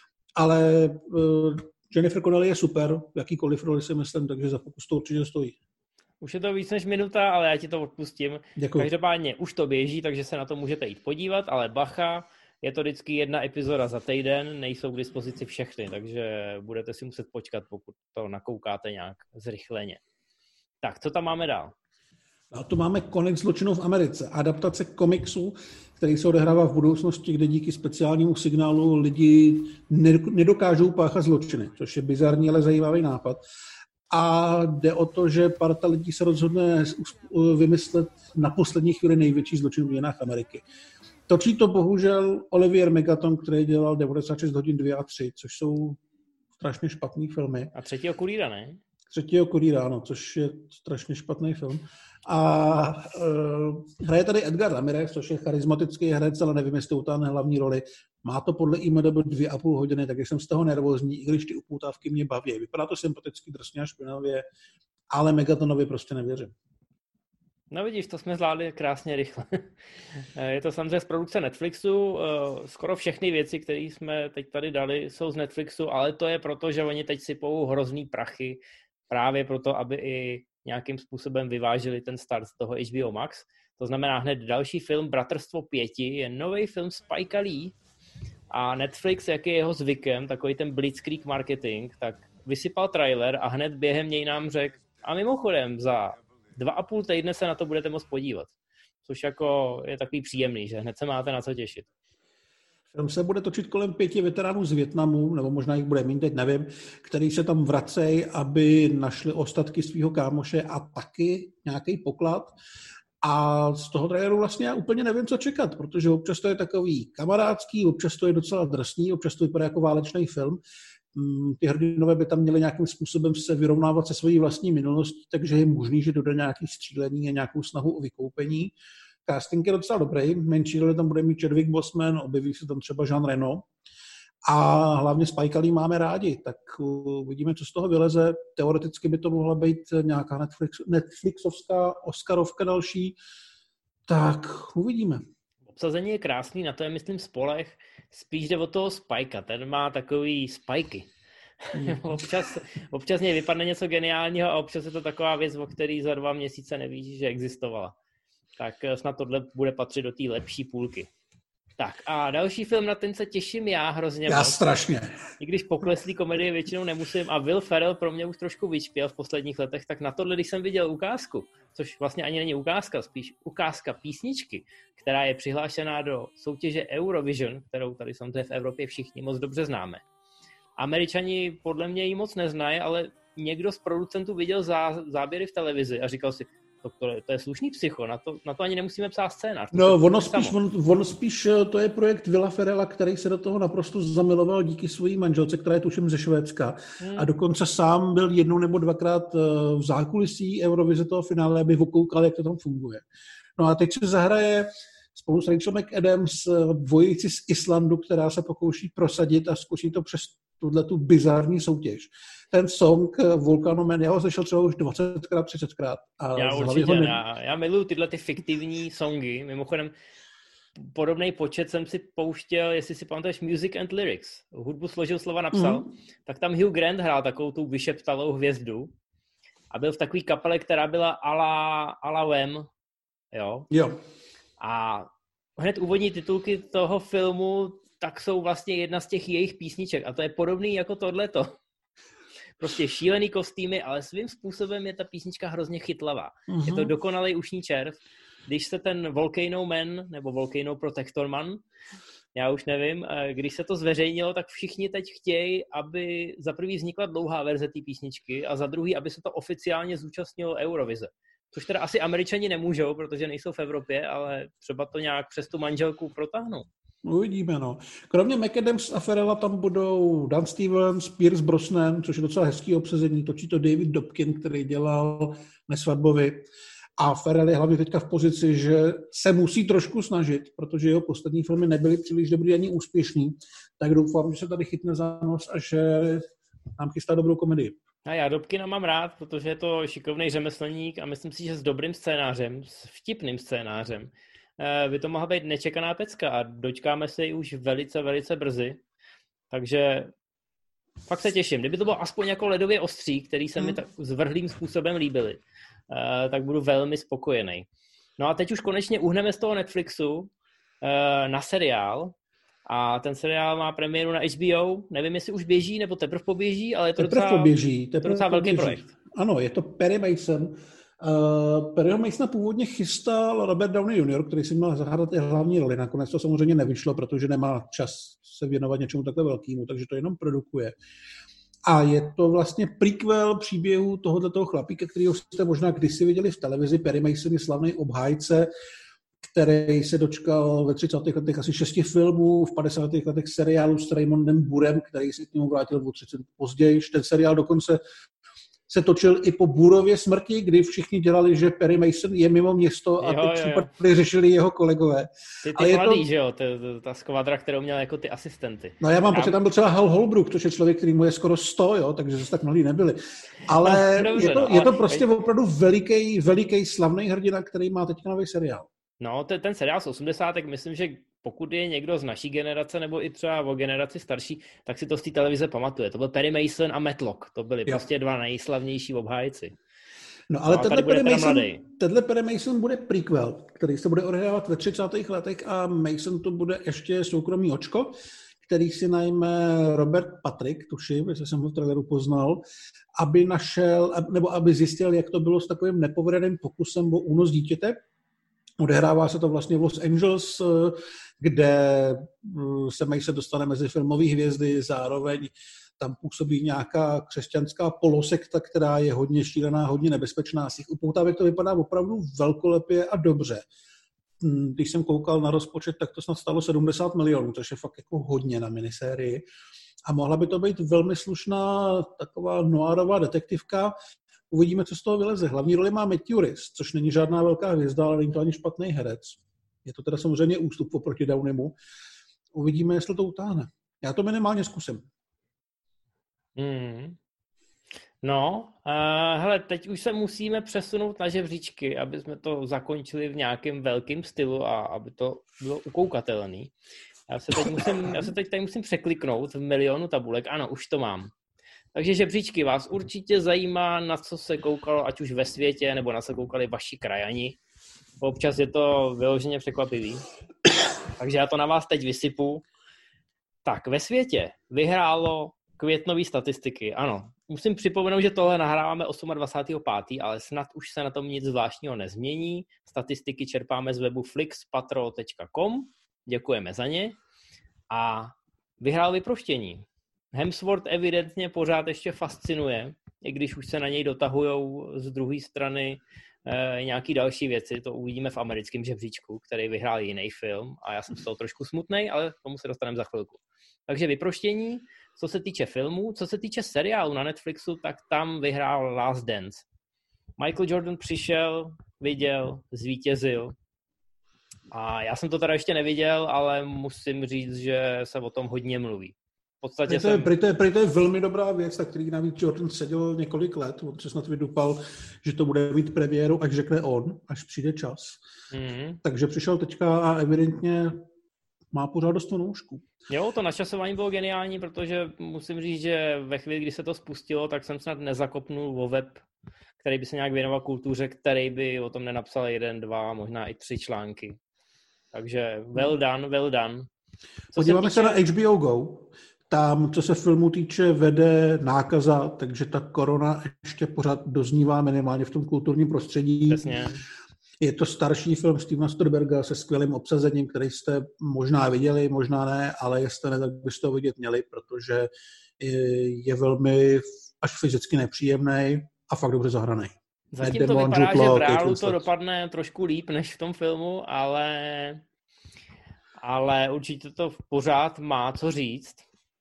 ale uh, Jennifer Connelly je super, jakýkoliv roli si myslím, takže za pokus to určitě stojí. Už je to víc než minuta, ale já ti to odpustím. Děkuji. Každopádně už to běží, takže se na to můžete jít podívat, ale bacha, je to vždycky jedna epizoda za týden, nejsou k dispozici všechny, takže budete si muset počkat, pokud to nakoukáte nějak zrychleně. Tak, co tam máme dál? A tu máme Konec zločinů v Americe. Adaptace komiksu, který se odehrává v budoucnosti, kde díky speciálnímu signálu lidi nedokážou páchat zločiny, což je bizarní, ale zajímavý nápad. A jde o to, že parta lidí se rozhodne vymyslet na poslední chvíli největší zločin v dějinách Ameriky. Točí to bohužel Olivier Megaton, který dělal devadesát šest hodin dva a tři, což jsou strašně špatný filmy. A Třetího kurýra, ne? Třetího kurýra, ano, což je strašně špatný film. A uh, hraje tady Edgar Ramirez, což je charismatický herec, ale nevím, jestli utáhne hlavní roli. Má to podle I M D B dvě a půl hodiny, takže jsem z toho nervózní, i když ty upoutávky mě baví. Vypadá to sympaticky, drsně a špinavě, ale Megatonovi prostě nevěřím. No vidíš, to jsme zvládli krásně rychle. Je to samozřejmě z produkce Netflixu. Skoro všechny věci, které jsme teď tady dali, jsou z Netflixu, ale to je proto, že oni teď sypou hrozný prachy právě proto, aby i nějakým způsobem vyvážili ten start z toho H B O Max. To znamená hned další film Bratrstvo pěti je nový film Spike Lee a Netflix, jak je jeho zvykem, takový ten blitzkrieg marketing, tak vysypal trailer a hned během něj nám řekl a mimochodem za dva a půl týdne se na to budete moct podívat. Což jako je takový příjemný, že hned se máte na co těšit. Film se bude točit kolem pěti veteránů z Vietnamu, nebo možná jich bude méně, teď nevím, který se tam vracejí, aby našli ostatky svého kámoše a taky nějaký poklad. A z toho traileru vlastně já úplně nevím, co čekat, protože občas to je takový kamarádský, občas to je docela drsný, občas to vypadá jako válečný film. Ty hrdinové by tam měli nějakým způsobem se vyrovnávat se svojí vlastní minulostí, takže je možný, že dodá nějaký střílení a nějakou snahu o vykoupení. Casting je docela dobrý, menší roli tam bude mít Chadwick Boseman, objeví se tam třeba Jean Reno a hlavně Spike Lee máme rádi, tak uvidíme, co z toho vyleze. Teoreticky by to mohla být nějaká Netflix, Netflixovská Oscarovka další, tak uvidíme. Obsazení je krásný, na to je, myslím, spoleh. Spíš jde o toho Spikea, ten má takový spiky. Hmm. občas, občas něj vypadne něco geniálního a občas je to taková věc, o který za dva měsíce nevíš, že existovala. Tak snad tohle bude patřit do té lepší půlky. Tak a další film, na ten se těším já hrozně Já moc. strašně. I když pokleslý komedie většinou nemusím a Will Ferrell pro mě už trošku vyčpěl v posledních letech, tak na tohle, když jsem viděl ukázku, což vlastně ani není ukázka, spíš ukázka písničky, která je přihlášená do soutěže Eurovision, kterou tady samozřejmě v Evropě všichni moc dobře známe. Američani podle mě ji moc neznají, ale někdo z producentů viděl zá, záběry v televizi a říkal si, To, to, to je slušný psycho, na to, na to ani nemusíme psát scénář. No, ono spíš, on, on spíš, to je projekt Willa Ferrella, který se do toho naprosto zamiloval díky své manželce, která je tuším ze Švédska. Hmm. A dokonce sám byl jednou nebo dvakrát v zákulisí Eurovize toho finále, aby okoukal, jak to tam funguje. No a teď se zahraje spolu s Rachel McAdams dvojici z Islandu, která se pokouší prosadit a zkusí to přes tuhletu bizární soutěž. Ten song Volcano Man, já ho slyšel třeba už dvacetkrát, třicetkrát. A já určitě, ne... já, já miluju tyhle ty fiktivní songy. Mimochodem, podobný počet jsem si pouštěl, jestli si pamatuješ, Music and Lyrics. Hudbu složil, slova napsal. Mm. Tak tam Hugh Grant hrál takovou tu vyšeptalou hvězdu a byl v takové kapele, která byla ala, ala Wham. Jo? Jo. A hned úvodní titulky toho filmu tak jsou vlastně jedna z těch jejich písniček a to je podobný jako tohleto. Prostě šílený kostýmy, ale svým způsobem je ta písnička hrozně chytlavá. Uh-huh. Je to dokonalý ušní červ. Když se ten Volcano Man, nebo Volcano Protector Man, já už nevím, když se to zveřejnilo, tak všichni teď chtějí, aby za prvý vznikla dlouhá verze té písničky a za druhý, aby se to oficiálně zúčastnilo Eurovize. Což teda asi Američani nemůžou, protože nejsou v Evropě, ale třeba to nějak přes tu manželku protáhnou. Uvidíme, no. Kromě McAdams a Ferrella tam budou Dan Stevens, Pierce Brosnan, což je docela hezký obsazení, točí to David Dobkin, který dělal Nesvadbovi. A Ferrell je hlavně teďka v pozici, že se musí trošku snažit, protože jeho poslední filmy nebyly příliš dobrý ani úspěšný. Tak doufám, že se tady chytne za nos a že nám chystá dobrou komedii. A já Dobkina mám rád, protože je to šikovný řemeslník a myslím si, že s dobrým scénářem, s vtipným scénářem, by to mohla být nečekaná pecka a dočkáme se ji už velice, velice brzy. Takže Fakt se těším. Kdyby to bylo aspoň jako ledově ostří, který se mi tak zvrhlým způsobem líbily, uh, tak budu velmi spokojený. No a teď už konečně uhneme z toho Netflixu uh, na seriál. A ten seriál má premiéru na H B O. Nevím, jestli už běží, nebo teprve poběží, ale je to teprve docela, poběží, teprve to docela velký poběží. projekt. Ano, je to Perry Mason. Uh, Perryho Masona původně chystal Robert Downey junior, který si měl zahrát i hlavní roli. Nakonec to samozřejmě nevyšlo, protože nemá čas se věnovat něčemu takhle velkému, takže to jenom produkuje. A je to vlastně prequel příběhu tohoto chlapíka, kterýho jste možná kdysi viděli v televizi. Perry Mason je slavný obhájce, který se dočkal ve třicátých letech asi šesti filmů, v padesátých letech seriálu s Raymondem Burrem, který se k němu vrátil o třicet později. Ten seriál dokonce se točil i po Burrově smrti, kdy všichni dělali, že Perry Mason je mimo město a jo, ty případy řešili jeho kolegové. Ty, ty mladý, to... že jo, ta, ta skvadra, kterou měl jako ty asistenty. No já mám pocit, tam byl třeba Hal Holbrook, což je člověk, který mu je skoro sto, jo, takže zase tak mladý nebyli. Ale no, dobře, je, to, no, je to prostě ale... opravdu veliký, veliký slavný hrdina, který má teďka nový seriál. No, ten, ten seriál z osmdesátek, myslím, že pokud je někdo z naší generace nebo i třeba o generaci starší, tak si to z té televize pamatuje. To byl Perry Mason a Matlock. To byli jo. prostě dva nejslavnější obhájci. No ale no, tenhle, Perry Mason, tenhle Perry Mason bude prequel, který se bude odehrávat ve třicátých letech a Mason to bude ještě soukromý očko, který si najme Robert Patrick, tuším, jestli jsem ho v traileru poznal, aby našel, nebo aby zjistil, jak to bylo s takovým nepovedeným pokusem o únos dítěte. Odehrává se to vlastně v Los Angeles, kde se Mason dostane mezi filmové hvězdy, zároveň tam působí nějaká křesťanská polosekta, která je hodně šílená, hodně nebezpečná. Z těch upoutávek to vypadá opravdu velkolepě a dobře. Když jsem koukal na rozpočet, tak to snad stalo sedmdesát milionů, což je fakt jako hodně na minisérii. A mohla by to být velmi slušná taková noirová detektivka. Uvidíme, co z toho vyleze. Hlavní roli má Matthew Rhys, což není žádná velká hvězda, ale není to ani špatný herec. Je to teda samozřejmě ústup oproti Downeymu. Uvidíme, jestli to utáhne. Já to minimálně zkusím. Hmm. No, uh, hele, teď už se musíme přesunout na žebříčky, aby jsme to zakončili v nějakém velkém stylu a aby to bylo ukoukatelný. Já se teď musím, já se teď tady musím překliknout v milionu tabulek. Ano, už to mám. Takže žebříčky, vás určitě zajímá, na co se koukalo, ať už ve světě, nebo na co koukali vaši krajani. Občas je to vyloženě překvapivý. Takže já to na vás teď vysypu. Tak, ve světě vyhrálo květnový statistiky. Ano, musím připomenout, že tohle nahráváme dvacátého pátého ale snad už se na tom nic zvláštního nezmění. Statistiky čerpáme z webu flixpatro tečka com. Děkujeme za ně. A vyhrál Vyproštění. Hemsworth evidentně pořád ještě fascinuje, i když už se na něj dotahujou z druhé strany e, nějaký další věci. To uvidíme v americkém žebříčku, který vyhrál jiný film a já jsem z toho trošku smutnej, ale k tomu se dostaneme za chvilku. Takže Vyproštění, co se týče filmů, co se týče seriálu na Netflixu, tak tam vyhrál Last Dance. Michael Jordan přišel, viděl, zvítězil. A já jsem to teda ještě neviděl, ale musím říct, že se o tom hodně mluví. V podstatě to, je, jsem... to, je, to je velmi dobrá věc, tak který navíc Jordan seděl několik let, on se snad vydupal, že to bude mít premiéru, až řekne on, až přijde čas. Mm-hmm. Takže přišel teďka a evidentně má pořád dost nůžku. Jo, to načasování bylo geniální, protože musím říct, že ve chvíli, kdy se to spustilo, tak jsem snad nezakopnul o web, který by se nějak věnoval kultuře, který by o tom nenapsal jeden, dva, možná i tři články. Takže well done, well done. Co Podíváme se, týče... se na H B O Go. Tam, co se filmu týče, vede nákaza, takže ta korona ještě pořád doznívá minimálně v tom kulturním prostředí. Přesně. Je to starší film Stevena Soderberga se skvělým obsazením, který jste možná viděli, možná ne, ale jestli ne, tak byste ho vidět měli, protože je velmi až fyzicky nepříjemný a fakt dobře zahraný. Zatím to vypadá, že v reálu to dopadne trošku líp než v tom filmu, ale, ale určitě to pořád má co říct.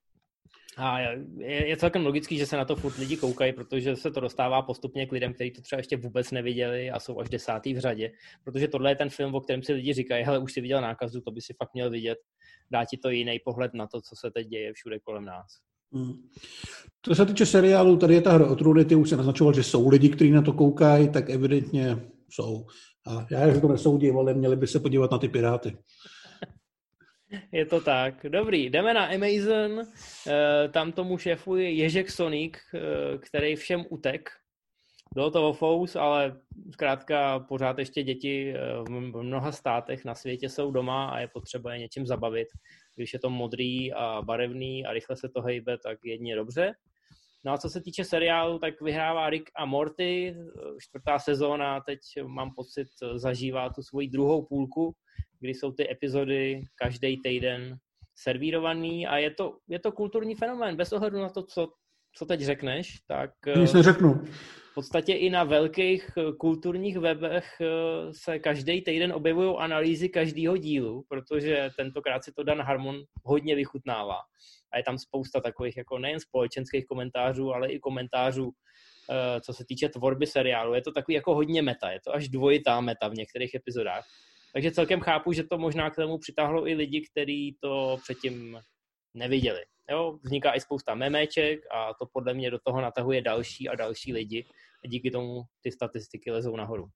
A je, je celkem logický, že se na to furt lidi koukají, protože se to dostává postupně k lidem, kteří to třeba ještě vůbec neviděli a jsou až desátý v řadě. Protože tohle je ten film, o kterém si lidi říkají, hele, už si viděl nákazu, to by si fakt měl vidět. Dá ti to jiný pohled na to, co se teď děje všude kolem nás. Hmm. Co se týče seriálu, tady je ta Hra o trůny, ty už se naznačoval, že jsou lidi, kteří na to koukají, tak evidentně jsou. A já je to nesoudím, ale měli by se podívat na ty Piráty. Je to tak. Dobrý, jdeme na Amazon. E, tam tomu šéfuje Ježek Sonic, e, který všem utek. Bylo to ofous, ale zkrátka pořád ještě děti v mnoha státech na světě jsou doma a je potřeba je něčím zabavit. Když je to modrý a barevný a rychle se to hejbe, tak jedině dobře. No a co se týče seriálu, tak vyhrává Rick a Morty. Čtvrtá sezóna teď mám pocit zažívá tu svoji druhou půlku, kdy jsou ty epizody každý týden servírovaný a je to, je to kulturní fenomén. Bez ohledu na to, co, co teď řekneš, tak nic neřeknu. V podstatě i na velkých kulturních webech se každý týden objevují analýzy každého dílu, protože tentokrát si to Dan Harmon hodně vychutnává. A je tam spousta takových jako nejen společenských komentářů, ale i komentářů, co se týče tvorby seriálu. Je to takový jako hodně meta, je to až dvojitá meta v některých epizodách. Takže celkem chápu, že to možná k tomu přitáhlo i lidi, kteří to předtím neviděli. Jo, vzniká i spousta memeček a to podle mě do toho natahuje další a další lidi a díky tomu ty statistiky lezou nahoru.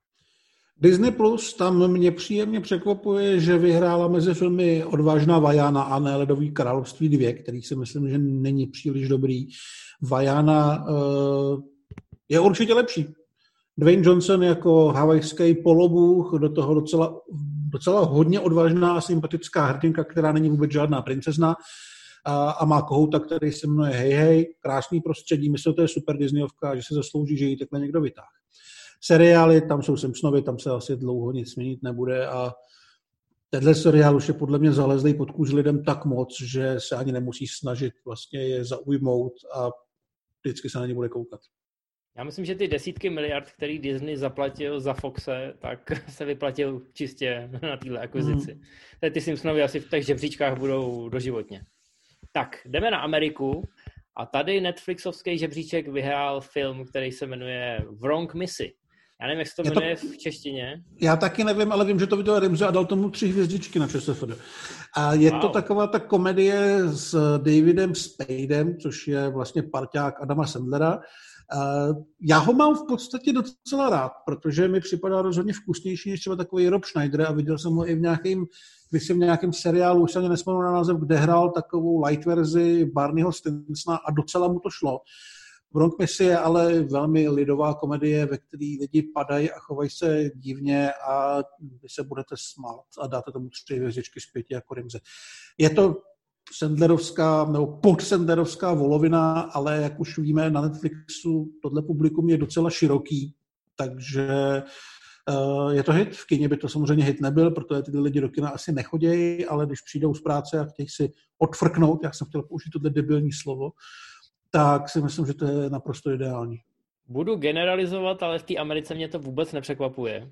Disney Plus, tam mě příjemně překvapuje, že vyhrála mezi filmy Odvážná Vajana a Ne ledový království dvě, který si myslím, že není příliš dobrý. Vajana uh, je určitě lepší. Dwayne Johnson jako havajský polobůh, do toho docela, docela hodně odvážná a sympatická hrdinka, která není vůbec žádná princezna a, a má kohouta, který se jmenuje Hej Hej, krásný prostředí, myslím, že to je super Disneyovka, že se zaslouží, že ji takhle někdo vytáhl. Seriály, tam jsou Simpsonovi, tam se asi dlouho nic měnit nebude a tenhle seriál už je podle mě zalezlý pod kůži lidem tak moc, že se ani nemusí snažit vlastně je zaujmout a vždycky se na ně bude koukat. Já myslím, že ty desítky miliard, který Disney zaplatil za Foxe, tak se vyplatil čistě na téhle akvizici. Hmm. Ty Simpsonovi asi v těch žebříčkách budou doživotně. Tak, jdeme na Ameriku a tady Netflixovský žebříček vyhrál film, který se jmenuje Wrong Missy. Já nevím, jak se to jmenuje to, v češtině. Já taky nevím, ale vím, že to viděl Rimze a dal tomu tři hvězdičky na ČSFD. A je wow. to taková ta komedie s Davidem Spadem, což je vlastně parťák Adama Sandlera. Já ho mám v podstatě docela rád, protože mi připadá rozhodně vkusnější než třeba takový Rob Schneider a viděl jsem ho i v nějakém, když jsem v nějakém seriálu, už se ani nespomenu na název, kde hrál takovou light verzi Barneyho Stinsona a docela mu to šlo. Wrong Missy je ale velmi lidová komedie, ve které lidi padají a chovají se divně a vy se budete smát a dáte tomu tři hvězdičky z pěti jako Rimze. Je to Sandlerovská nebo podsandlerovská volovina, ale jak už víme na Netflixu, tohle publikum je docela široký, takže uh, je to hit. V kině by to samozřejmě hit nebyl, protože ty lidi do kina asi nechodějí, ale když přijdou z práce a chtějí si odfrknout, jak jsem chtěl použít tohle debilní slovo, tak si myslím, že to je naprosto ideální. Budu generalizovat, ale v té Americe mě to vůbec nepřekvapuje.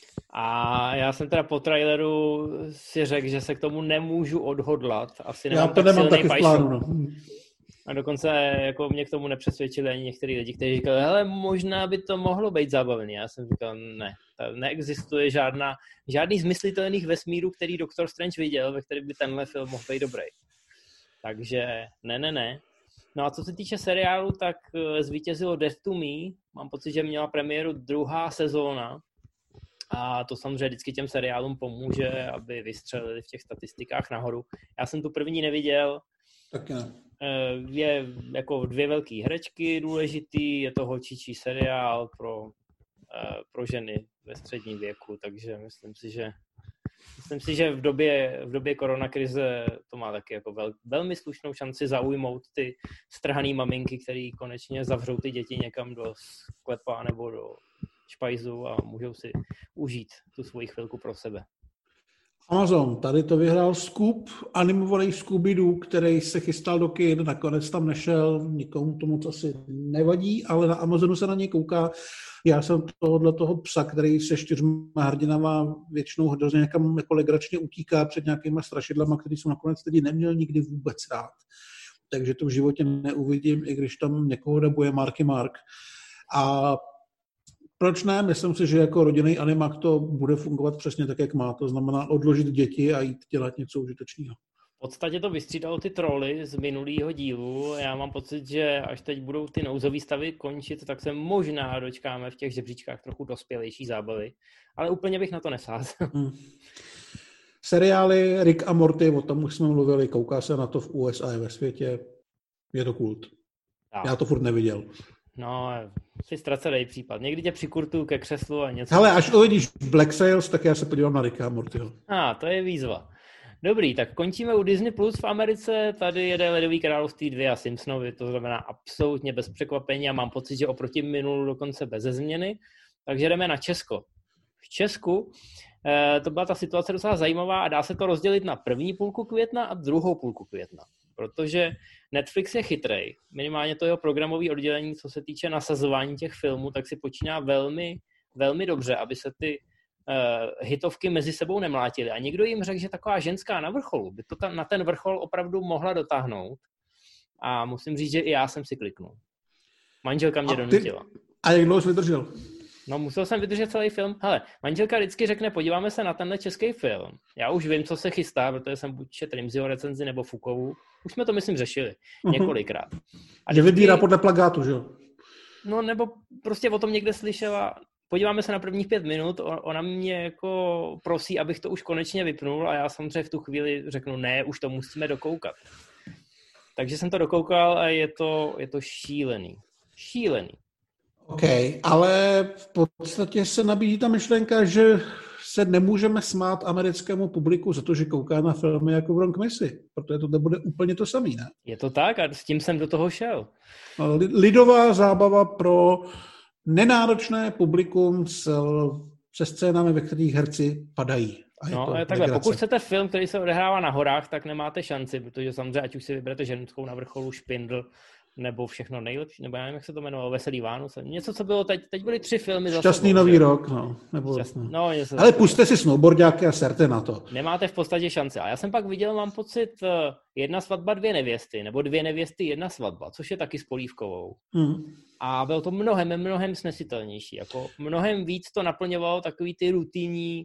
A já jsem teda po traileru si řekl, že se k tomu nemůžu odhodlat. Asi nemám já to nemám taky v plánu. No. A dokonce jako mě k tomu nepřesvědčili ani některý lidi, kteří říkali, hele, možná by to mohlo být zábavný. Já jsem říkal, ne, neexistuje žádná, žádný zmyslitelných vesmíru, který Doctor Strange viděl, ve kterém by tenhle film mohl být dobrý. Takže ne, ne, ne. No a co se týče seriálu, tak zvítězilo Death to Me. Mám pocit, že měla premiéru druhá sezóna. A to samozřejmě vždycky těm seriálům pomůže, aby vystřelili v těch statistikách nahoru. Já jsem tu první neviděl. Tak ne. Je jako dvě velké herečky důležitý, je to holčičí seriál pro, pro ženy ve středním věku, takže myslím si, že myslím si, že v době, v době koronakrize to má taky jako vel, velmi slušnou šanci zaujmout ty strhaný maminky, který konečně zavřou ty děti někam do sklepa nebo do špajzu a můžou si užít tu svoji chvilku pro sebe. Amazon, tady to vyhrál Scoop, animovaný Scooby-Doo, který se chystal do kin, nakonec tam nešel, nikomu to moc asi nevadí, ale na Amazonu se na něj kouká. Já jsem tohohle toho psa, který se čtyřma hrdinama většinou hrozně někam jako legračně utíká před nějakýma strašidlama, který jsem nakonec tedy neměl nikdy vůbec rád. Takže to v životě neuvidím, i když tam někoho dabuje Marky Mark. A proč ne? Myslím si, že jako rodinný animák to bude fungovat přesně tak, jak má. To znamená odložit děti a jít dělat něco užitečného. V podstatě to vystřídalo ty troly z minulého dílu. Já mám pocit, že až teď budou ty nouzové stavy končit, tak se možná dočkáme v těch žebříčkách trochu dospělejší zábavy. Ale úplně bych na to nesázel. Hmm. seriály Rick a Morty, o tom už jsme mluvili, kouká se na to v U S A i ve světě, je to kult. Tak. Já to furt neviděl. No, jsi ztracený případ. Někdy tě přikurtuju ke křeslu a něco. Hele, až uvidíš Black Sails, tak já se podívám na Ricka a Mortyho. A, ah, to je výzva. Dobrý, tak končíme u Disney Plus v Americe, tady jede Ledový království dva a Simpsonovi, to znamená absolutně bez překvapení a mám pocit, že oproti minulu dokonce beze změny. Takže jdeme na Česko. V Česku eh, to byla ta situace docela zajímavá a dá se to rozdělit na první půlku května a druhou půlku května. Protože Netflix je chytrej, minimálně to jeho programové oddělení, co se týče nasazování těch filmů, tak si počíná velmi, velmi dobře, aby se ty uh, hitovky mezi sebou nemlátily. A někdo jim řekl, že taková ženská na vrcholu by to tam, na ten vrchol opravdu mohla dotáhnout. A musím říct, že i já jsem si kliknul. Manželka mě a donutila. Ty... A jak dlouho jsi vydržel? No, musel jsem vydržet celý film. Hele, manželka vždycky řekne, podíváme se na tenhle český film. Já už vím, co se chystá, protože jsem buď četl Rimziho recenzi nebo Fukovu. Už jsme to, myslím, řešili uh-huh. několikrát. A že vybírá podle plakátu, že jo? No, nebo prostě o tom někde slyšela. Podíváme se na prvních pět minut, ona mě jako prosí, abych to už konečně vypnul a já samozřejmě v tu chvíli řeknu, ne, už to musíme dokoukat. Takže jsem to dokoukal a je to, je to šílený. Šílený. OK, ale v podstatě se nabízí ta myšlenka, že se nemůžeme smát americkému publiku za to, že kouká na filmy jako Wrong Missy, protože to nebude úplně to samý, ne? Je to tak a s tím jsem do toho šel. Lidová zábava pro nenáročné publikum se scénami, ve kterých herci padají. A je no, to takhle, pokud chcete film, který se odehrává na horách, tak nemáte šanci, protože samozřejmě, ať už si vyberete Ženskou na vrcholu, Špindl, nebo Všechno nejlepší, nebo já nevím, jak se to jmenovalo, Veselý Vánoce. Něco, co bylo teď, teď byly tři filmy za Šťastný nový rok, no. Nebo, Šťastný, no ale pusťte si snowboardáky a serte na to. Nemáte v podstatě šanci. A já jsem pak viděl, mám pocit, Jedna svatba, dvě nevěsty, nebo Dvě nevěsty, jedna svatba, což je taky s Polívkovou. Hmm. A bylo to mnohem, mnohem snesitelnější. Jako mnohem víc to naplňovalo takový ty rutinní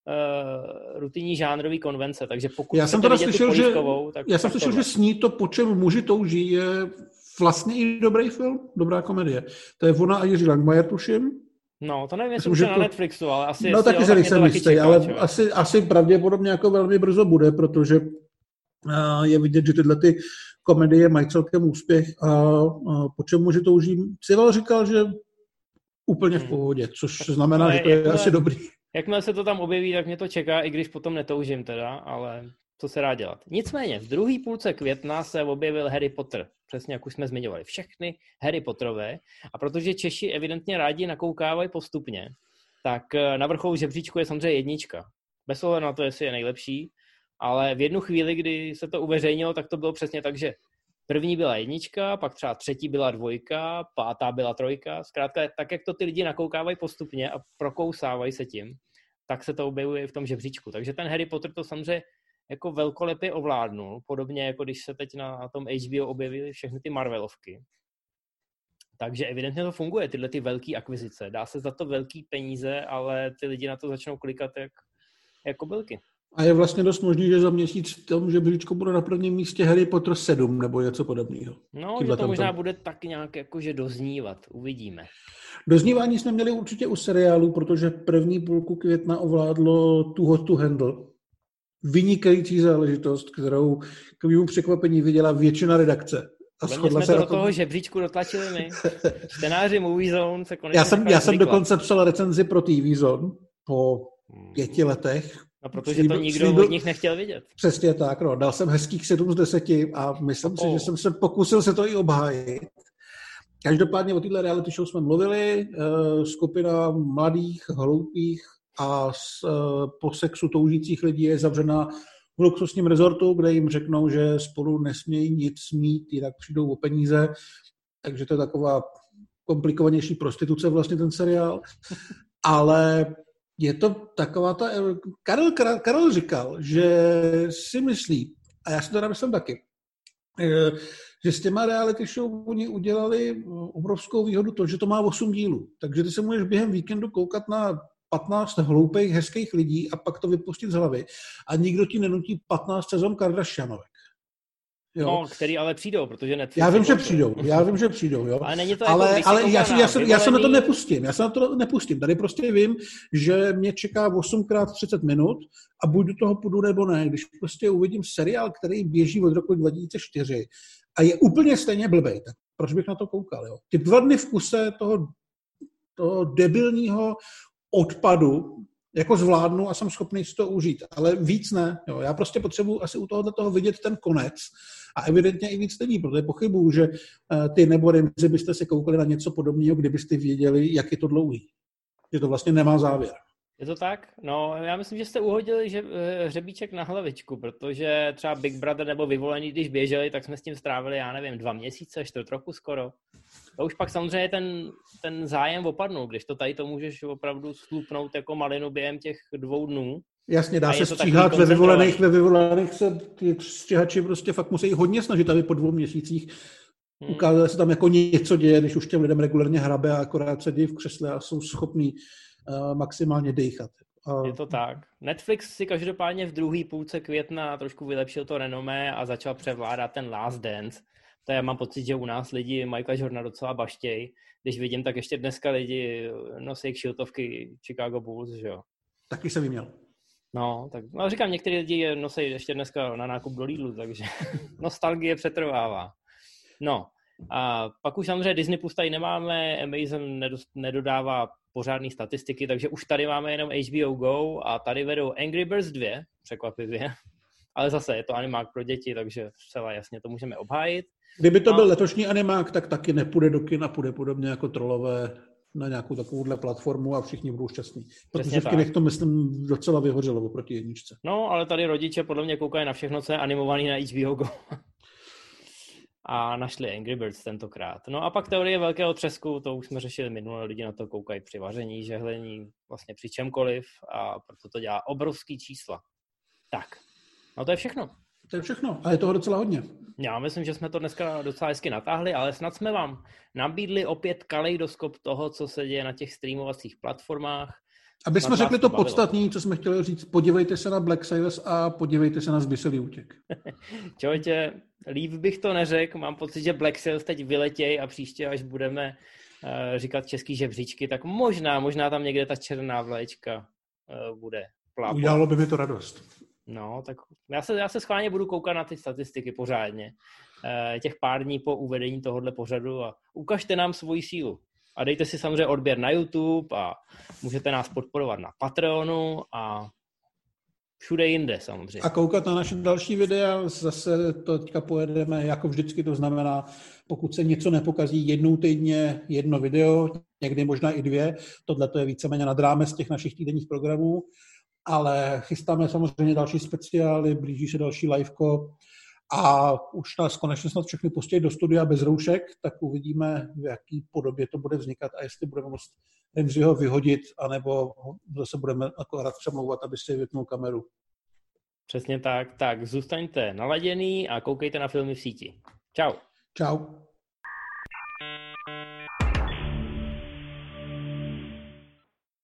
Uh, rutinní žánrový konvence, takže pokud já jsem teda slyšel, že, tak já jsem slyšel, že Sní to, po čem muži touží, je vlastně i dobrý film, dobrá komedie. To je ona a Jiří Langmajer, tuším. No, to nevím, jestli už je na to... Netflixu, ale asi... No taky se jsem jistý, ale asi, asi pravděpodobně jako velmi brzo bude, protože uh, je vidět, že tyhle ty komedie mají celkem úspěch a uh, po čem muži touží. Civil říkal, že úplně v pohodě, což tak znamená, ale že to je jakmile, asi dobrý. Jakmile se to tam objeví, tak mě to čeká, i když potom netoužím teda, ale co se dá dělat. Nicméně, v druhé půlce května se objevil Harry Potter, přesně jak už jsme zmiňovali. Všechny Harry Potterové. A protože Češi evidentně rádi nakoukávají postupně, tak na vrcholu žebříčku je samozřejmě jednička. Bez ohledu na to, jestli je nejlepší, ale v jednu chvíli, kdy se to uveřejnilo, tak to bylo přesně tak, že první byla jednička, pak třeba třetí byla dvojka, pátá byla trojka. Zkrátka, tak jak to ty lidi nakoukávají postupně a prokousávají se tím, tak se to objevuje v tom žebříčku. Takže ten Harry Potter to samozřejmě jako velkolepě ovládnul, podobně jako když se teď na tom H B O objevily všechny ty Marvelovky. Takže evidentně to funguje, tyhle ty velké akvizice. Dá se za to velký peníze, ale ty lidi na to začnou klikat jak, jak kobylky. A je vlastně dost možný, že za měsíc v tom žebříčku bude na prvním místě Harry Potter sedm nebo něco podobného. No, že to možná tam bude tak nějak jakože doznívat. Uvidíme. Doznívání jsme měli určitě u seriálu, protože první půlku května ovládlo Too Hot to Handle. Vynikající záležitost, kterou k mému překvapení viděla většina redakce. A jsme se to do tom... toho žebříčku dotlačili my. Čtenáři Movie Zone se konečně Já jsem, já jsem dokonce psal recenzi pro T V Zone po pěti letech. No, protože slíbil, to nikdo slíbil, od nich nechtěl vidět. Přesně tak, no. Dal jsem hezkých sedm z deseti a myslím oh. si, že jsem se pokusil se to i obhájit. Každopádně o této reality show jsme mluvili. Skupina mladých, hloupých a po sexu toužících lidí je zavřená v luxusním rezortu, kde jim řeknou, že spolu nesmějí nic mít, jinak přijdou o peníze. Takže to je taková komplikovanější prostituce vlastně ten seriál. Ale je to taková ta... Karel, Karel říkal, že si myslí, a já si to myslím taky, že s těma reality show oni udělali obrovskou výhodu to, že to má osm dílů. Takže ty se můžeš během víkendu koukat na patnáct hloupých, hezkých lidí a pak to vypustit z hlavy. A nikdo ti nenutí patnáct sezon Kardashianovek. Jo. No, který ale přijdou, protože Netflix... Já vím, že přijdou, já vím, že přijdou, jo. Ale není to ale, jako ale já, já, se, já se na to vyvolený... nepustím, já se na to nepustím. Tady prostě vím, že mě čeká osm krát třicet minut a buď do toho půjdu nebo ne. Když prostě uvidím seriál, který běží od roku dva tisíce čtyři a je úplně stejně blbej, tak proč bych na to koukal, jo. Ty dva dny v kuse toho, toho debilního odpadu jako zvládnu a jsem schopný si to užít, ale víc ne. Jo. Já prostě potřebuji asi u tohohle toho vidět ten konec a evidentně i víc lidí, protože pochybuju, že ty nebo Remzi byste se koukali na něco podobného, kdybyste věděli, jak je to dlouhý. Že to vlastně nemá závěr. Je to tak? No, já myslím, že jste uhodili že, hřebíček na hlavičku, protože třeba Big Brother nebo Vyvolený, když běželi, tak jsme s tím strávili, já nevím, dva měsíce, čtvrt roku skoro. To už pak samozřejmě ten, ten zájem opadnul, když to tady to můžeš opravdu slupnout jako malinu během těch dvou dnů. Jasně, dá se stříhat ve vyvolených, ve vyvolených se ty stříhači prostě fakt musí hodně snažit, aby po dvou měsících hmm. ukázali se tam jako něco děje, když už těm lidem regulárně hrabe a akorát sedí v křesle a jsou schopní uh, maximálně dýchat. Uh, Je to tak. Netflix si každopádně v druhé půlce května trošku vylepšil to renomé a začal převládat ten Last Dance. To já mám pocit, že u nás lidi Michaela Jordana docela baštěj. Když vidím, tak ještě dneska lidi nosí kšiltovky Chicago Bulls, že jo. Taky se vyměl. No, tak no, říkám, některý lidi nosí ještě dneska na nákup do Lidlu, takže nostalgie přetrvává. No, a pak už samozřejmě Disney Plus tady nemáme, Amazon nedodává pořádný statistiky, takže už tady máme jenom H B O Go a tady vedou Angry Birds dva, překvapivě. Ale zase je to animák pro děti, takže zcela jasně to můžeme obhájit. Kdyby to no. byl letošní animák, tak taky nepůjde do kina, půjde podobně jako Trollové na nějakou takovouhle platformu a všichni budou šťastní. Protože v kinech to, myslím, docela vyhořelo oproti jedničce. No, ale tady rodiče podle mě koukají na všechno, co je animovaný na H B O Go. A našli Angry Birds tentokrát. No a pak teorie velkého třesku, to už jsme řešili minule, lidi na to koukají při vaření, žehlení, vlastně při čemkoliv a proto to dělá obrovský čísla. Tak, no to je všechno. To je všechno a je toho docela hodně. Já myslím, že jsme to dneska docela hezky natáhli, ale snad jsme vám nabídli opět kaleidoskop toho, co se děje na těch streamovacích platformách. Aby jsme řekli to podstatné, co jsme chtěli říct, podívejte se na Black Sails a podívejte se na Zbyselý útěk. Čovětě, líp bych to neřekl, mám pocit, že Black Sails teď vyletěj a příště, až budeme uh, říkat český žebříčky, tak možná, možná tam někde ta černá vlaječka uh, bude plápovat. Udělalo by mi to radost. No, tak já se, já se schválně budu koukat na ty statistiky pořádně. Uh, těch pár dní po uvedení tohohle pořadu a ukažte nám svoji sílu. A dejte si samozřejmě odběr na YouTube a můžete nás podporovat na Patreonu a všude jinde samozřejmě. A koukat na naše další videa, zase to teďka pojedeme jako vždycky, to znamená, pokud se něco nepokazí jednou týdně, jedno video, někdy možná i dvě, tohle to je víceméně nad rámec těch našich týdenních programů, ale chystáme samozřejmě další speciály, blíží se další liveko, a už nás konečně snad všechny pustí do studia bez roušek, tak uvidíme, v jaký podobě to bude vznikat a jestli budeme moct Remziho vyhodit, anebo zase budeme akorát přemlouvat, aby si vypnul kameru. Přesně tak. Tak zůstaňte naladěný a koukejte na filmy v síti. Čau. Čau.